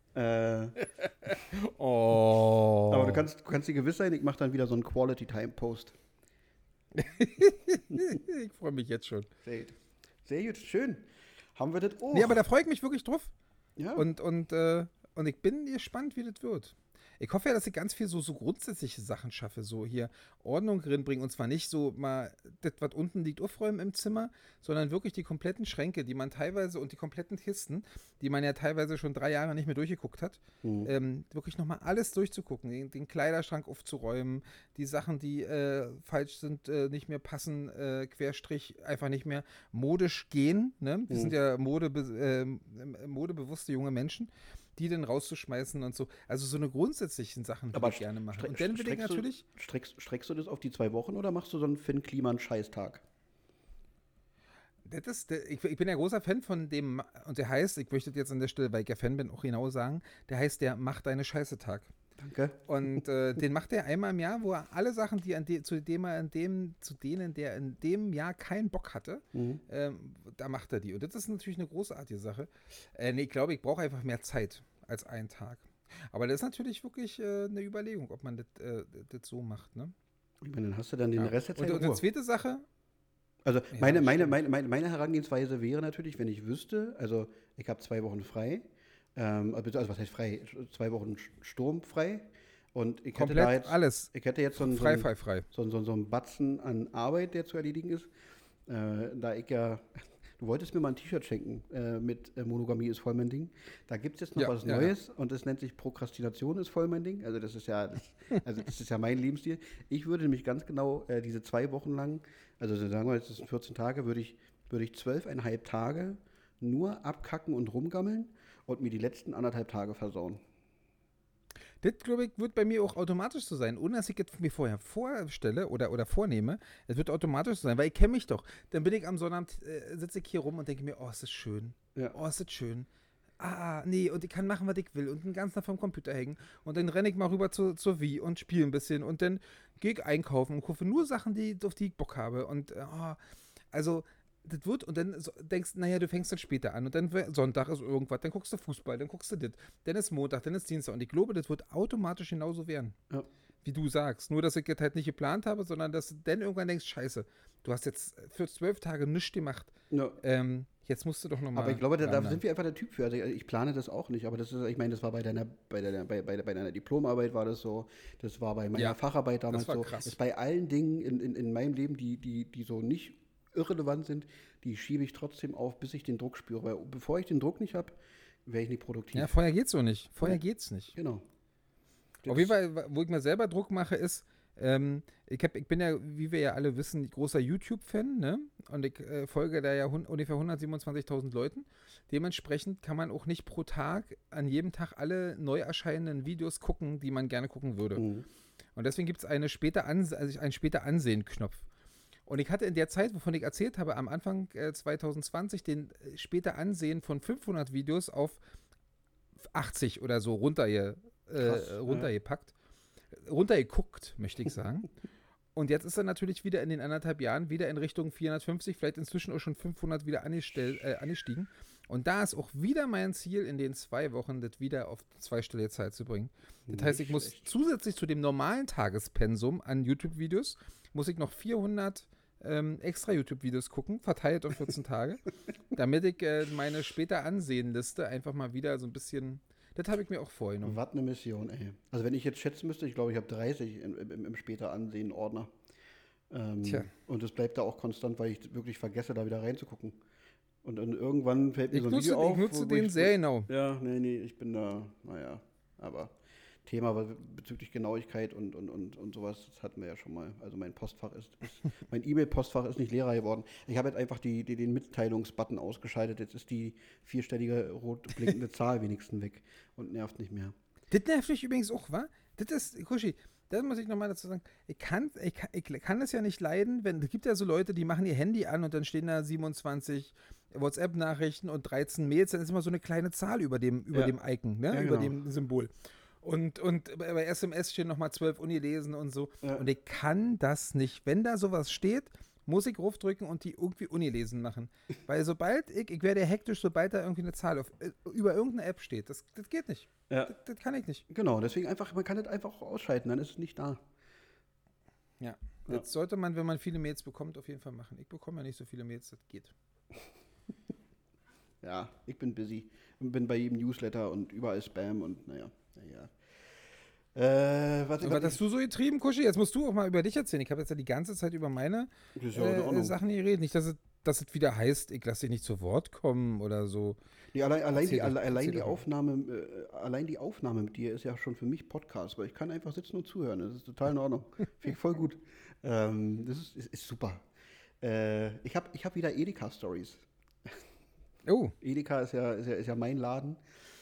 Oh. Aber du kannst dir gewiss sein, ich mache dann wieder so einen Quality-Time-Post. Ich freue mich jetzt schon. Sehr gut, schön. Haben wir das auch? Nee, aber da freue ich mich wirklich drauf. ja. Und ich bin gespannt, wie das wird. Ich hoffe ja, dass ich ganz viel so grundsätzliche Sachen schaffe. So hier Ordnung reinbringen. Und zwar nicht so mal das, was unten liegt, aufräumen im Zimmer, sondern wirklich die kompletten Schränke, die man teilweise und die kompletten Kisten, die man ja teilweise schon 3 Jahre nicht mehr durchgeguckt hat, wirklich nochmal alles durchzugucken. Den Kleiderschrank aufzuräumen, die Sachen, die falsch sind, nicht mehr passen, Querstrich, einfach nicht mehr modisch gehen. Ne? Wir sind ja modebewusste junge Menschen. Die dann rauszuschmeißen und so. Also so eine grundsätzlichen Sachen würde ich gerne machen. Und dann will ich natürlich... Streckst du das auf die 2 Wochen oder machst du so einen Finn Kliman-Scheißtag? Ich bin ja großer Fan von dem, und der heißt, ich möchte das jetzt an der Stelle, weil ich ja Fan bin, auch genau sagen, der heißt der Mach deine Scheiße-Tag. Danke. Und den macht er einmal im Jahr, wo er alle Sachen, zu denen der in dem Jahr keinen Bock hatte, da macht er die. Und das ist natürlich eine großartige Sache. Nee, ich glaube, ich brauche einfach mehr Zeit als einen Tag. Aber das ist natürlich wirklich eine Überlegung, ob man das so macht, ne? Ich meine, dann hast du dann den Rest der Zeit Und die Ruhe. zweite Sache, Also Ja, meine Herangehensweise wäre natürlich, wenn ich wüsste, also ich habe 2 Wochen frei, also was heißt frei? 2 Wochen sturmfrei und ich hätte da komplett jetzt, alles ich hätte jetzt so frei. einen Batzen an Arbeit, der zu erledigen ist, da ich ja, du wolltest mir mal ein T-Shirt schenken mit Monogamie ist voll mein Ding. Da gibt es jetzt noch was Neues und das nennt sich Prokrastination ist voll mein Ding. Also das ist ja mein Lebensstil. Ich würde nämlich ganz genau diese 2 Wochen lang, also sagen wir jetzt, das sind 14 Tage, würde ich 12,5 Tage nur abkacken und rumgammeln und mir die letzten 1,5 Tage versauen. Das, glaube ich, wird bei mir auch automatisch so sein, ohne dass ich es mir vorher vorstelle oder vornehme. Es wird automatisch so sein, weil ich kenne mich doch. Dann bin ich am Sonnabend, sitze ich hier rum und denke mir, oh, ist das schön. Ja. Oh, ist das schön. Nee, und ich kann machen, was ich will und den ganzen Tag vom Computer hängen. Und dann renne ich mal rüber zur Wii und spiele ein bisschen und dann gehe ich einkaufen und kaufe nur Sachen, auf die ich Bock habe. Und also das wird, und dann denkst du, naja, du fängst dann später an und dann Sonntag ist irgendwas, dann guckst du Fußball, dann guckst du das, dann ist Montag, dann ist Dienstag und ich glaube, das wird automatisch genauso werden, wie du sagst. Nur, dass ich das halt nicht geplant habe, sondern dass du dann irgendwann denkst, scheiße, du hast jetzt für 12 Tage nichts gemacht, jetzt musst du doch nochmal. Aber ich glaube, da sind wir einfach der Typ für. Also ich plane das auch nicht, aber das ist, ich meine, das war bei deiner Diplomarbeit war das so, das war bei meiner Facharbeit damals das war so. krass. Das ist bei allen Dingen in meinem Leben, die so nicht irrelevant sind, die schiebe ich trotzdem auf, bis ich den Druck spüre. Weil bevor ich den Druck nicht habe, wäre ich nicht produktiv. Ja, vorher geht's so nicht. Vorher geht's nicht. Genau. Auf jeden Fall, wo ich mir selber Druck mache, ist, ich bin ja, wie wir ja alle wissen, großer YouTube-Fan, ne? Und ich folge da ja ungefähr 127.000 Leuten. Dementsprechend kann man auch nicht pro Tag an jedem Tag alle neu erscheinenden Videos gucken, die man gerne gucken würde. Und deswegen gibt es einen später Ansehen-Knopf. Und ich hatte in der Zeit, wovon ich erzählt habe, am Anfang 2020 den später Ansehen von 500 Videos auf 80 oder so runtergepackt. Runtergeguckt, möchte ich sagen. Und jetzt ist er natürlich wieder in den 1,5 Jahren wieder in Richtung 450, vielleicht inzwischen auch schon 500 wieder angestiegen. Und da ist auch wieder mein Ziel, in den 2 Wochen das wieder auf zweistellige Zahl zu bringen. Das heißt, ich muss zusätzlich zu dem normalen Tagespensum an YouTube-Videos, muss ich noch 400 extra YouTube-Videos gucken, verteilt auf 14 Tage, damit ich meine später Ansehenliste einfach mal wieder so ein bisschen, das habe ich mir auch vorgenommen. Was eine Mission, ey. Also wenn ich jetzt schätzen müsste, ich glaube, ich habe 30 im später Ansehen-Ordner. Tja. Und es bleibt da auch konstant, weil ich wirklich vergesse, da wieder reinzugucken. Und dann irgendwann fällt mir Ich so ein Video auf. nutze wo den ich, sehr genau. Ja, nee, ich bin da, naja, aber Thema bezüglich Genauigkeit und sowas, das hatten wir ja schon mal. Also mein Postfach mein E-Mail-Postfach ist nicht leerer geworden. Ich habe jetzt einfach den Mitteilungsbutton ausgeschaltet. Jetzt ist die 4-stellige rot blinkende Zahl wenigstens weg und nervt nicht mehr. Das nervt mich übrigens auch, wa? Das ist, Kuschi, das muss ich nochmal dazu sagen. Ich kann es ja nicht leiden, es gibt ja so Leute, die machen ihr Handy an und dann stehen da 27 WhatsApp-Nachrichten und 13 Mails, dann ist immer so eine kleine Zahl über dem Icon, ne? Ja, über genau. dem Symbol. Und bei SMS stehen nochmal 12 ungelesen und so. Ja. Und ich kann das nicht. Wenn da sowas steht, muss ich draufdrücken und die irgendwie ungelesen machen. Weil sobald ich werde hektisch, sobald da irgendwie eine Zahl über irgendeine App steht. Das geht nicht. Ja. Das kann ich nicht. Genau, deswegen einfach, man kann das einfach auch ausschalten, dann ist es nicht da. Ja. Ja. Das sollte man, wenn man viele Mails bekommt, auf jeden Fall machen. Ich bekomme ja nicht so viele Mails, das geht. Ja, ich bin busy. Und bin bei jedem Newsletter und überall Spam und naja. Was hast du so getrieben, Kuschi? Jetzt musst du auch mal über dich erzählen. Ich habe jetzt ja die ganze Zeit über meine Das ist ja in Ordnung. Sachen geredet. Nicht, dass es wieder heißt, ich lasse dich nicht zu Wort kommen oder so. Nee, allein die Erzähl doch mal. Aufnahme, die Aufnahme mit dir ist ja schon für mich Podcast, weil ich kann einfach sitzen und zuhören. Das ist total in Ordnung. Finde ich voll gut. Das ist super. Ich hab wieder Edeka-Stories. Oh, Edeka ist ja mein Laden.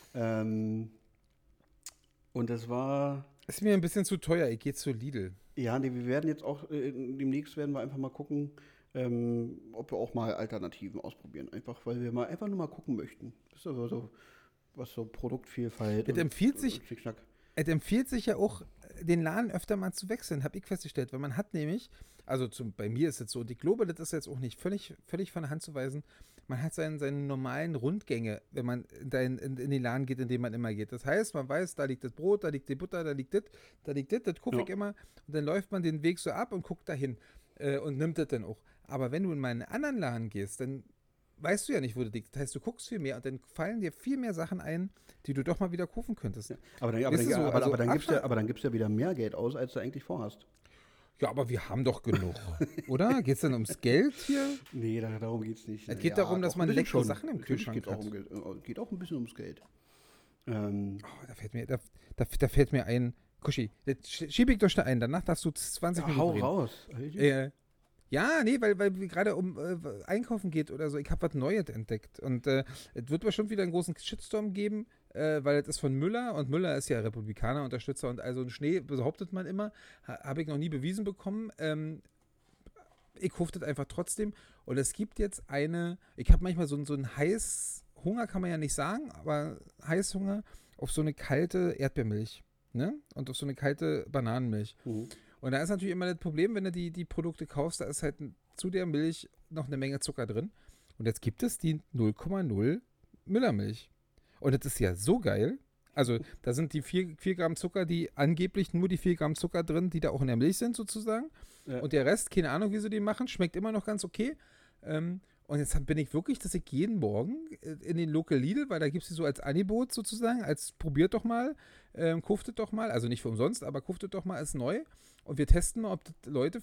Und das war, ist mir ein bisschen zu teuer. Ich gehe zu Lidl. ja, nee, wir werden jetzt auch, demnächst werden wir einfach mal gucken, ob wir auch mal Alternativen ausprobieren. Einfach, weil wir einfach nur mal gucken möchten. Das ist aber so, was so Produktvielfalt Es empfiehlt sich- Schnickschnack. Es empfiehlt sich ja auch, den Laden öfter mal zu wechseln, habe ich festgestellt. Weil man hat nämlich, bei mir ist es so, und ich glaube, das ist jetzt auch nicht völlig von der Hand zu weisen, man hat seine normalen Rundgänge, wenn man in den Laden geht, in den man immer geht. Das heißt, man weiß, da liegt das Brot, da liegt die Butter, da liegt das gucke ich immer. Und dann läuft man den Weg so ab und guckt dahin und nimmt das dann auch. Aber wenn du in meinen anderen Laden gehst, dann weißt du ja nicht, wo das liegt. Das heißt, du guckst viel mehr und dann fallen dir viel mehr Sachen ein, die du doch mal wieder kaufen könntest. Aber dann gibst du ja wieder mehr Geld aus, als du eigentlich vorhast. Ja, aber wir haben doch genug, oder? Geht es denn ums Geld hier? Nee, darum geht's nicht. Es geht darum, dass doch, man ein bisschen leckere schon. Sachen im Natürlich Kühlschrank geht's auch hat. um Geld. Geht auch ein bisschen ums Geld. Oh, da fällt mir ein, Kuschi, das schiebe ich doch schnell ein, danach darfst du 20 Minuten Hau reden. raus. Ja, nee, weil gerade um Einkaufen geht oder so, ich habe was Neues entdeckt. Und es wird bestimmt wieder einen großen Shitstorm geben, weil es ist von Müller und Müller ist ja Republikaner, Unterstützer und also ein Schnee, behauptet man immer, habe ich noch nie bewiesen bekommen. Ich kaufe das einfach trotzdem. Und es gibt jetzt ich habe manchmal so einen Heißhunger, kann man ja nicht sagen, aber Heißhunger auf so eine kalte Erdbeermilch, ne? Und auf so eine kalte Bananenmilch. Mhm. Und da ist natürlich immer das Problem, wenn du die Produkte kaufst, da ist halt zu der Milch noch eine Menge Zucker drin. Und jetzt gibt es die 0,0 Müllermilch. Und das ist ja so geil. Also da sind die 4 Gramm Zucker, die angeblich nur die 4 Gramm Zucker drin, die da auch in der Milch sind sozusagen. Ja. Und der Rest, keine Ahnung, wie sie die machen, schmeckt immer noch ganz okay. Und jetzt bin ich wirklich, dass ich jeden Morgen in den Local Lidl, weil da gibt es die so als Angebot sozusagen, als probiert doch mal, kauft doch mal, also nicht für umsonst, aber kauft doch mal als neu. Und wir testen mal, ob das Leute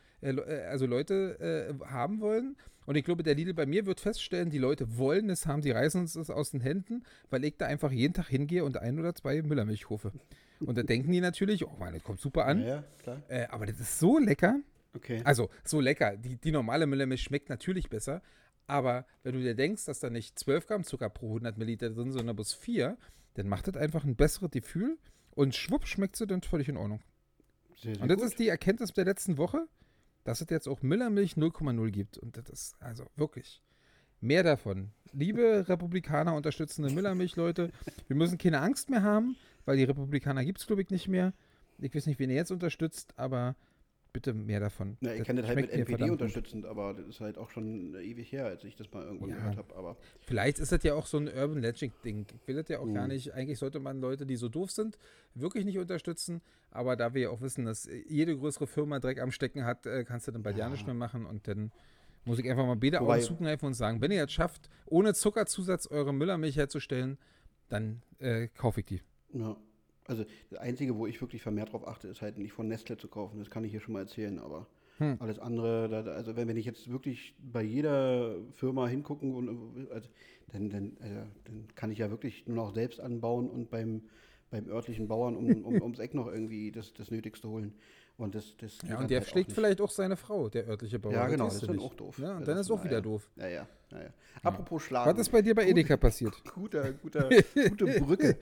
haben wollen. Und ich glaube, der Lidl bei mir wird feststellen, die Leute wollen es haben, die reißen uns das aus den Händen, weil ich da einfach jeden Tag hingehe und 1 oder 2 Müllermilch kaufe. Und da denken die natürlich, oh Mann, das kommt super an. Ja, klar. Aber das ist so lecker. Okay. Also, so lecker. Die normale Müllermilch schmeckt natürlich besser. Aber wenn du dir denkst, dass da nicht 12 Gramm Zucker pro 100 Milliliter drin sind, sondern bloß 4, dann macht das einfach ein besseres Gefühl. Und schwupp schmeckt sie dann völlig in Ordnung. Sehr, sehr Und das gut. ist die Erkenntnis der letzten Woche, dass es jetzt auch Müllermilch 0,0 gibt. Und das ist also wirklich mehr davon. Liebe Republikaner unterstützende Müllermilch-Leute, wir müssen keine Angst mehr haben, weil die Republikaner gibt es, glaube ich, nicht mehr. Ich weiß nicht, wen ihr jetzt unterstützt, aber Bitte mehr davon. Na, ich Das kann das halt schmeckt mit mir NPD verdammt gut. unterstützend, aber das ist halt auch schon ewig her, als ich das mal irgendwann Ja. gehört habe. Aber Vielleicht ist das ja auch so ein Urban Legend-Ding. Ich will das ja auch gar nicht. Eigentlich sollte man Leute, die so doof sind, wirklich nicht unterstützen. Aber da wir ja auch wissen, dass jede größere Firma Dreck am Stecken hat, kannst du dann bei dir nicht mehr machen. Und dann muss ich einfach mal beide Wobei- Augen zugreifen und sagen, wenn ihr jetzt schafft, ohne Zuckerzusatz eure Müllermilch herzustellen, dann kaufe ich die. ja. Also das Einzige, wo ich wirklich vermehrt drauf achte, ist halt nicht von Nestle zu kaufen. Das kann ich hier schon mal erzählen, aber alles andere, also wenn ich jetzt wirklich bei jeder Firma hingucken und dann kann ich ja wirklich nur noch selbst anbauen und beim örtlichen Bauern ums Eck noch irgendwie das Nötigste holen. Und das geht Ja, dann und der halt auch schlägt nicht. vielleicht auch seine Frau, der örtliche Bauer. Ja, genau, weißt das du ist dann nicht. auch doof. Ja, und Also dann das- ist auch wieder ja. doof. Ja. Apropos Schlagen. Was ist bei dir bei Edeka passiert? Gute Brücke.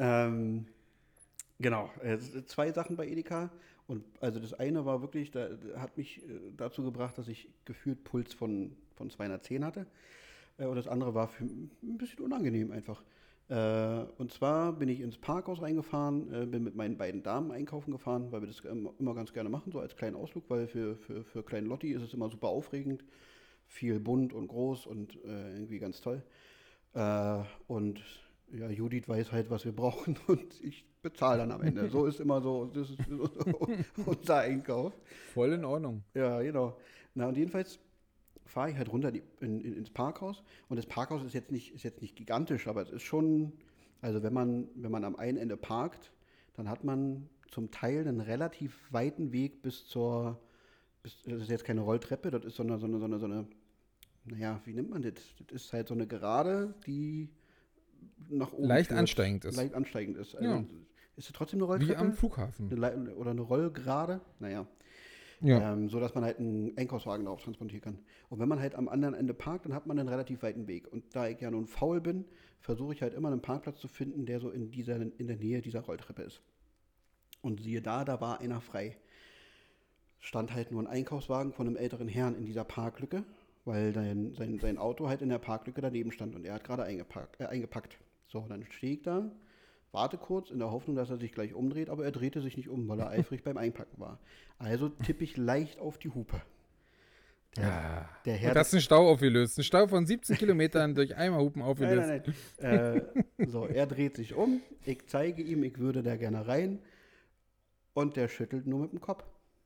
Genau, 2 Sachen bei Edeka. Und also das eine war wirklich, da hat mich dazu gebracht, dass ich gefühlt Puls von 210 hatte. Und das andere war ein bisschen unangenehm einfach. Und zwar bin ich ins Parkhaus reingefahren, bin mit meinen beiden Damen einkaufen gefahren, weil wir das immer ganz gerne machen, so als kleinen Ausflug, weil für kleinen Lotti ist es immer super aufregend. Viel bunt und groß und irgendwie ganz toll. Und ja, Judith weiß halt, was wir brauchen und ich bezahle dann am Ende. So ist immer so, das ist unser Einkauf. Voll in Ordnung. Ja, genau. Na und jedenfalls fahre ich halt runter ins Parkhaus und das Parkhaus ist jetzt nicht gigantisch, aber es ist schon, also wenn man am einen Ende parkt, dann hat man zum Teil einen relativ weiten Weg das ist jetzt keine Rolltreppe, das ist so eine, naja, wie nennt man das? Das ist halt so eine Gerade, die nach oben Leicht führt. ansteigend ist. Leicht ansteigend ist. Also, Ja. ist es trotzdem eine Wie Rolltreppe? am Flughafen. Oder eine Rollgrade? Naja. Ja. So dass man halt einen Einkaufswagen darauf transportieren kann. Und wenn man halt am anderen Ende parkt, dann hat man einen relativ weiten Weg. Und da ich ja nun faul bin, versuche ich halt immer einen Parkplatz zu finden, der so in der Nähe dieser Rolltreppe ist. Und siehe da war einer frei. Stand halt nur ein Einkaufswagen von einem älteren Herrn in dieser Parklücke, weil sein Auto halt in der Parklücke daneben stand und er hat gerade eingepackt. So, dann stehe ich da, warte kurz in der Hoffnung, dass er sich gleich umdreht, aber er drehte sich nicht um, weil er eifrig beim Einpacken war. Also tippe ich leicht auf die Hupe. Der Herr, Und das ist ein Stau aufgelöst. Ein Stau von 17 Kilometern durch einmal Hupen aufgelöst. Nein. So, er dreht sich um, ich zeige ihm, ich würde da gerne rein und der schüttelt nur mit dem Kopf.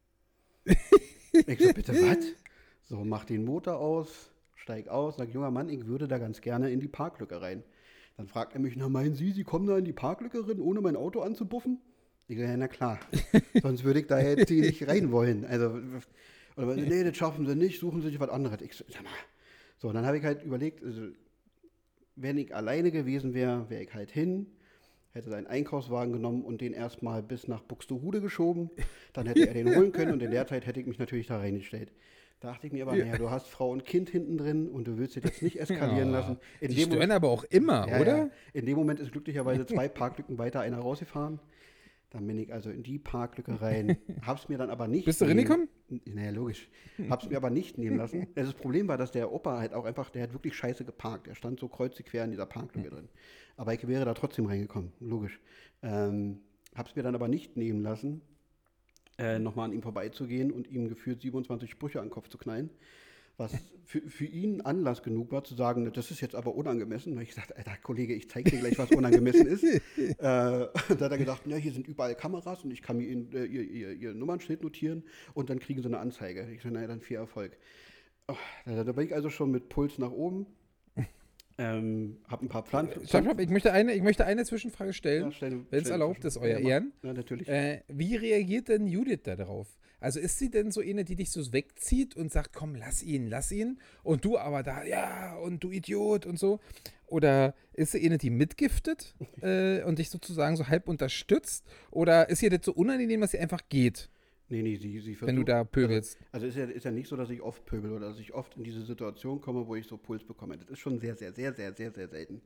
Ich so, bitte was? So, mach den Motor aus, steig aus, sag, junger Mann, ich würde da ganz gerne in die Parklücke rein. Dann fragt er mich, na meinen Sie kommen da in die Parklücke rein, ohne mein Auto anzubuffen? Ich so, ja, na klar, sonst würde ich da jetzt hier nicht rein wollen. Also, oder nee, das schaffen Sie nicht, suchen Sie sich was anderes. Ich so, sag mal. So, dann habe ich halt überlegt, also, wenn ich alleine gewesen wäre, wäre ich halt hin, hätte seinen Einkaufswagen genommen und den erstmal bis nach Buxtehude geschoben. Dann hätte er den holen können und in der Zeit hätte ich mich natürlich da reingestellt. Da dachte ich mir aber, naja, du hast Frau und Kind hinten drin und du willst es jetzt nicht eskalieren lassen. In Die dem stören Moment, aber auch immer, ja, oder? ja, in dem Moment ist glücklicherweise 2 Parklücken weiter einer rausgefahren. Dann bin ich also in die Parklücke rein, hab's mir dann aber nicht. Bist du reingekommen? Naja, logisch. Hab's mir aber nicht nehmen lassen. Das Problem war, dass der Opa halt auch einfach, der hat wirklich scheiße geparkt. Der stand so kreuzig quer in dieser Parklücke drin. Aber ich wäre da trotzdem reingekommen, logisch. Hab's mir dann aber nicht nehmen lassen, nochmal an ihm vorbeizugehen und ihm gefühlt 27 Sprüche an den Kopf zu knallen. Was für ihn Anlass genug war, zu sagen, das ist jetzt aber unangemessen. Und ich sagte, Alter, Kollege, ich zeig dir gleich, was unangemessen ist. Da hat er gedacht, ja, hier sind überall Kameras und ich kann mir ihr Nummernschild notieren und dann kriegen sie eine Anzeige. Ich sage, naja, dann viel Erfolg. Oh, da bin ich also schon mit Puls nach oben. Hab ein paar Pflanzen. Stopp, ich möchte eine Zwischenfrage stellen, Ja, wenn es erlaubt ist, euer Ehren. Ja, natürlich. Wie reagiert denn Judith da drauf? Also ist sie denn so eine, die dich so wegzieht und sagt, komm, lass ihn, und du aber da, ja, und du Idiot und so? Oder ist sie eine, die mitgiftet und dich sozusagen so halb unterstützt? Oder ist ihr das so unangenehm, dass sie einfach geht, Nee, sie versucht, wenn du da pöbelst? Also ist ja nicht so, dass ich oft pöbel oder dass ich oft in diese Situation komme, wo ich so Puls bekomme. Das ist schon sehr, sehr, sehr, sehr, sehr, sehr selten.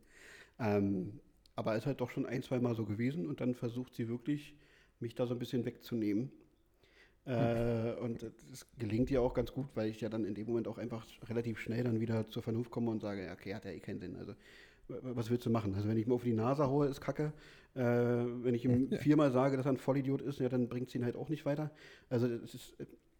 Aber ist halt doch schon 1-2 Mal so gewesen und dann versucht sie wirklich, mich da so ein bisschen wegzunehmen. Und das gelingt ihr auch ganz gut, weil ich ja dann in dem Moment auch einfach relativ schnell dann wieder zur Vernunft komme und sage, ja, okay, hat ja eh keinen Sinn. Also was willst du machen? Also wenn ich ihm auf die Nase haue, ist Kacke. Wenn ich ihm 4-mal sage, dass er ein Vollidiot ist, ja, dann bringt es ihn halt auch nicht weiter. Also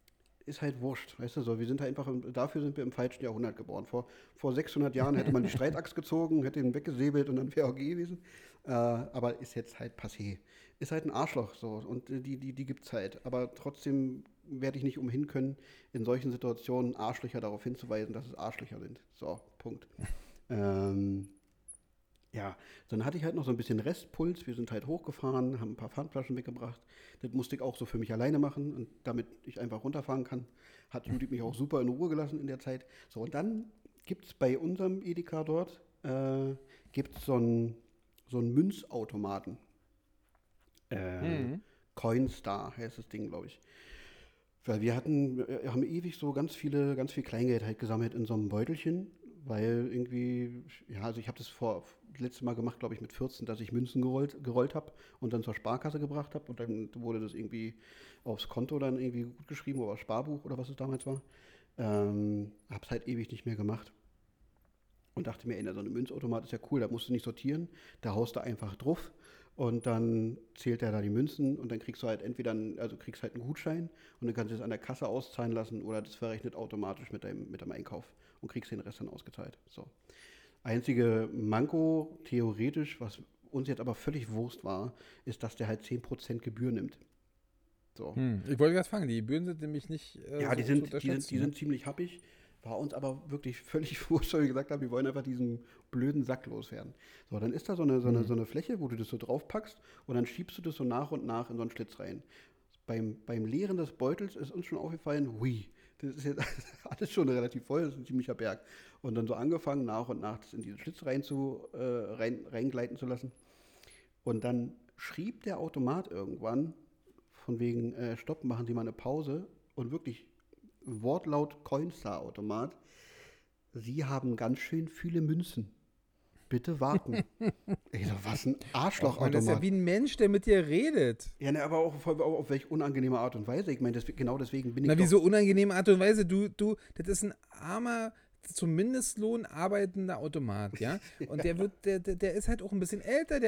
ist halt wurscht, weißt du, so, wir sind halt einfach, dafür sind wir im falschen Jahrhundert geboren. Vor 600 Jahren hätte man die Streitaxt gezogen, hätte ihn weggesäbelt und dann wäre okay gewesen, aber ist jetzt halt passé. Ist halt ein Arschloch, so, und die gibt's halt, aber trotzdem werde ich nicht umhin können, in solchen Situationen Arschlöcher darauf hinzuweisen, dass es Arschlöcher sind. So, Punkt. Ja, dann hatte ich halt noch so ein bisschen Restpuls. Wir sind halt hochgefahren, haben ein paar Pfandflaschen weggebracht. Das musste ich auch so für mich alleine machen und damit ich einfach runterfahren kann, hat Judith mich auch super in Ruhe gelassen in der Zeit. So, und dann gibt es bei unserem Edeka dort gibt's so einen Münzautomaten. Coinstar heißt das Ding, glaube ich. Weil wir haben ewig so ganz viel Kleingeld halt gesammelt in so einem Beutelchen, weil irgendwie, ja, also ich habe das letzte Mal gemacht, glaube ich, mit 14, dass ich Münzen gerollt habe und dann zur Sparkasse gebracht habe und dann wurde das irgendwie aufs Konto dann irgendwie gut geschrieben oder Sparbuch oder was es damals war. Hab's halt ewig nicht mehr gemacht und dachte mir, ey, so eine Münzautomat ist ja cool, da musst du nicht sortieren, da haust du einfach drauf und dann zählt er da die Münzen und dann kriegst du halt kriegst halt einen Gutschein und dann kannst du es an der Kasse auszahlen lassen oder das verrechnet automatisch mit deinem Einkauf und kriegst den Rest dann ausgezahlt. So. Einzige Manko, theoretisch, was uns jetzt aber völlig Wurst war, ist, dass der halt 10% Gebühr nimmt. So. Ich wollte gerade fragen, die Gebühren sind nämlich nicht Ja, die sind ziemlich happig, war uns aber wirklich völlig wurscht, weil wir gesagt haben, wir wollen einfach diesen blöden Sack loswerden. So, dann ist da so eine Fläche, wo du das so draufpackst und dann schiebst du das so nach und nach in so einen Schlitz rein. Beim Leeren des Beutels ist uns schon aufgefallen, hui, das ist jetzt alles schon relativ voll, das ist ein ziemlicher Berg. Und dann so angefangen, nach und nach das in diesen Schlitz reingleiten zu lassen. Und dann schrieb der Automat irgendwann, von wegen, stopp, machen Sie mal eine Pause. Und wirklich, Wortlaut Coinstar-Automat, Sie haben ganz schön viele Münzen. Bitte warten. Ich so, was ein Arschlochautomat. Das ist ja wie ein Mensch, der mit dir redet. Ja, ne, aber auch auf welche unangenehme Art und Weise. Ich meine, genau deswegen bin ich. Na, wieso unangenehme Art und Weise? Das ist ein armer, zum Mindestlohn arbeitender Automat, ja? Und der ist halt auch ein bisschen älter,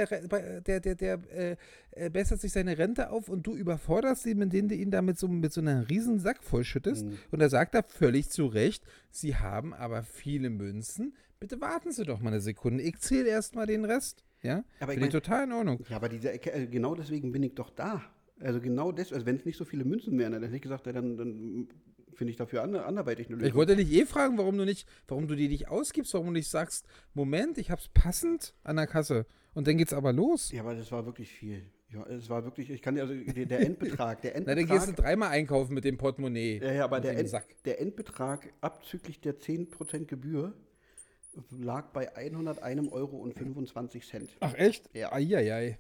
der bessert sich seine Rente auf und du überforderst ihn, indem du ihn da mit so einer riesen Sack vollschüttest. Und da sagt er völlig zu Recht, Sie haben aber viele Münzen, bitte warten Sie doch mal eine Sekunde, ich zähle erst mal den Rest, ja? Aber Finde ich total in Ordnung. Ja, aber genau deswegen bin ich doch da. Also genau das, also wenn es nicht so viele Münzen wären, dann hätte ich gesagt, ja, dann finde ich dafür anderweitig eine Lösung. Ich wollte dich fragen, warum du die nicht ausgibst, warum du nicht sagst, Moment, ich hab's passend an der Kasse und dann geht's aber los. Ja, aber das war wirklich viel. Ja, es war wirklich, ich kann dir also der Endbetrag. Na, dann gehst du dreimal einkaufen mit dem Portemonnaie. Ja, aber der Endbetrag abzüglich der 10% Gebühr lag bei 101,25 Euro. Ach echt? Ja. Eieiei.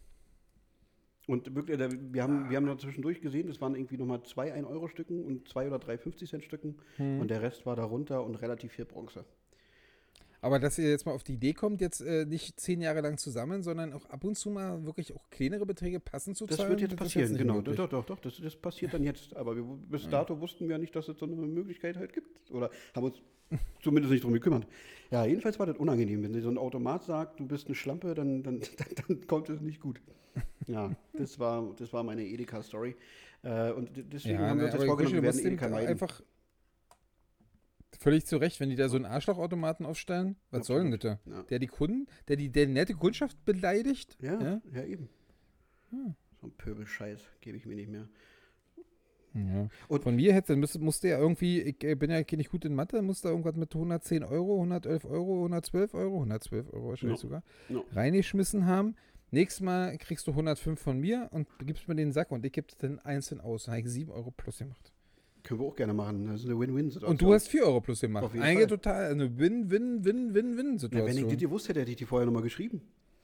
Und wirklich, wir haben noch zwischendurch gesehen, das waren irgendwie nochmal 2 1-Euro-Stücken und 2 oder 3 50-Cent-Stücken und der Rest war darunter und relativ viel Bronze. Aber dass ihr jetzt mal auf die Idee kommt, jetzt nicht 10 Jahre lang zusammen, sondern auch ab und zu mal wirklich auch kleinere Beträge passend zu zahlen. Das wird jetzt passieren, jetzt genau. Doch, das passiert dann jetzt. Aber bis dato wussten wir ja nicht, dass es so eine Möglichkeit halt gibt. Oder haben uns zumindest nicht drum gekümmert. Ja, jedenfalls war das unangenehm. Wenn so ein Automat sagt, du bist eine Schlampe, dann kommt es nicht gut. Ja, das war meine Edeka-Story. Und deswegen haben wir uns jetzt vorgenommen, wir werden Edeka meiden. Einfach völlig zu Recht, wenn die da so einen Arschlochautomaten aufstellen. Was soll denn das da? Ja. Der nette Kundschaft beleidigt? Ja, eben. So ein Pöbelscheiß gebe ich mir nicht mehr. Ja. Und von mir musste ja irgendwie, ich bin ja nicht gut in Mathe, musste irgendwas mit 110 Euro, 111 Euro, 112 Euro wahrscheinlich sogar, reingeschmissen haben. Nächstes Mal kriegst du 105 von mir und gibst mir den Sack und ich gebe es dann einzeln aus. Dann habe ich 7 Euro plus gemacht. Können wir auch gerne machen. Das ist eine Win-Win-Situation. Und du hast 4 Euro plus gemacht. Auf jeden Eigentlich Fall. total eine Win-Win-Win-Win-Win-Situation. Ja, wenn ich das gewusst hätte, hätte ich die vorher nochmal geschrieben.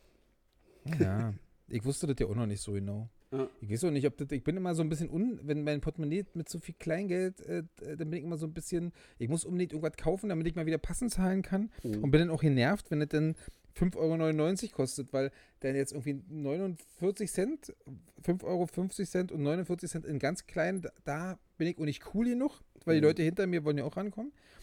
Ja, ich wusste das ja auch noch nicht so genau. Ja. Ich weiß auch nicht, ich bin immer so ein bisschen, wenn mein Portemonnaie mit so viel Kleingeld, dann bin ich immer so ein bisschen, ich muss unbedingt irgendwas kaufen, damit ich mal wieder passend zahlen kann und bin dann auch genervt, wenn das dann 5,99 Euro kostet, weil dann jetzt irgendwie 49 Cent, 5,50 Euro und 49 Cent in ganz klein, da bin ich auch nicht cool genug, weil die Leute hinter mir wollen ja auch rankommen.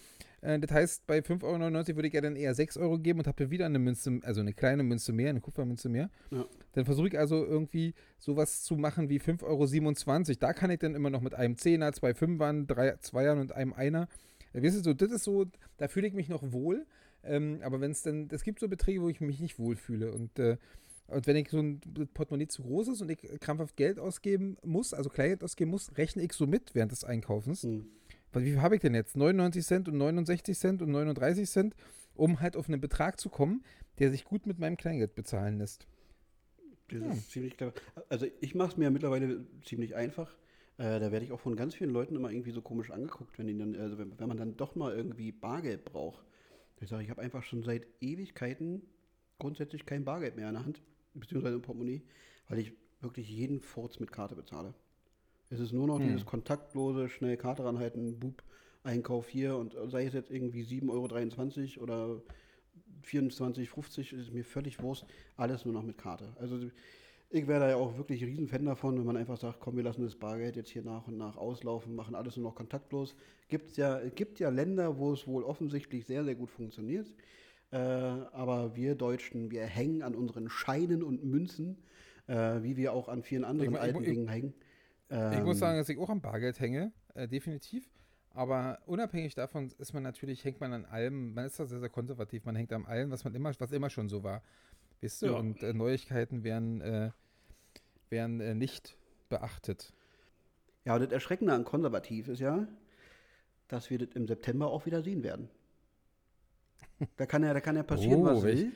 Das heißt, bei 5,99 € würde ich ja dann eher 6 € geben und habe mir wieder eine Münze, also eine kleine Münze mehr, eine Kupfermünze mehr. Ja. Dann versuche ich also irgendwie sowas zu machen wie 5,27 €. Da kann ich dann immer noch mit einem Zehner, zwei Fünfern, drei Zweiern und einem Einer. Weißt du, so, das ist so, da fühle ich mich noch wohl. Aber wenn es dann, es gibt so Beträge, wo ich mich nicht wohlfühle. Und wenn ich so ein Portemonnaie zu groß ist und ich krampfhaft Geld ausgeben muss, also Kleingeld ausgeben muss, rechne ich so mit während des Einkaufens. Wie viel habe ich denn jetzt? 99 Cent und 69 Cent und 39 Cent, um halt auf einen Betrag zu kommen, der sich gut mit meinem Kleingeld bezahlen lässt. Das ist ziemlich clever. Also ich mache es mir mittlerweile ziemlich einfach. Da werde ich auch von ganz vielen Leuten immer irgendwie so komisch angeguckt, wenn die dann, also wenn man dann doch mal irgendwie Bargeld braucht. Ich sage, ich habe einfach schon seit Ewigkeiten grundsätzlich kein Bargeld mehr in der Hand, beziehungsweise im Portemonnaie, weil ich wirklich jeden Furz mit Karte bezahle. Es ist nur noch dieses kontaktlose, schnell Karte ranhalten, Bub, Einkauf hier und sei es jetzt irgendwie 7,23 € oder 24,50 €, ist mir völlig Wurst, alles nur noch mit Karte. Also ich wäre da ja auch wirklich Riesenfan davon, wenn man einfach sagt, komm, wir lassen das Bargeld jetzt hier nach und nach auslaufen, machen alles nur noch kontaktlos. Gibt ja Länder, wo es wohl offensichtlich sehr, sehr gut funktioniert. Aber wir Deutschen, wir hängen an unseren Scheinen und Münzen, wie wir auch an vielen anderen alten Dingen hängen. Ich muss sagen, dass ich auch am Bargeld hänge, definitiv. Aber unabhängig davon hängt man an allem, man ist da sehr, sehr konservativ, man hängt an allem, was immer schon so war. Weißt du? Ja. Und Neuigkeiten werden nicht beachtet. Ja, und das Erschreckende an konservativ ist ja, dass wir das im September auch wieder sehen werden. Da kann ja passieren, was will.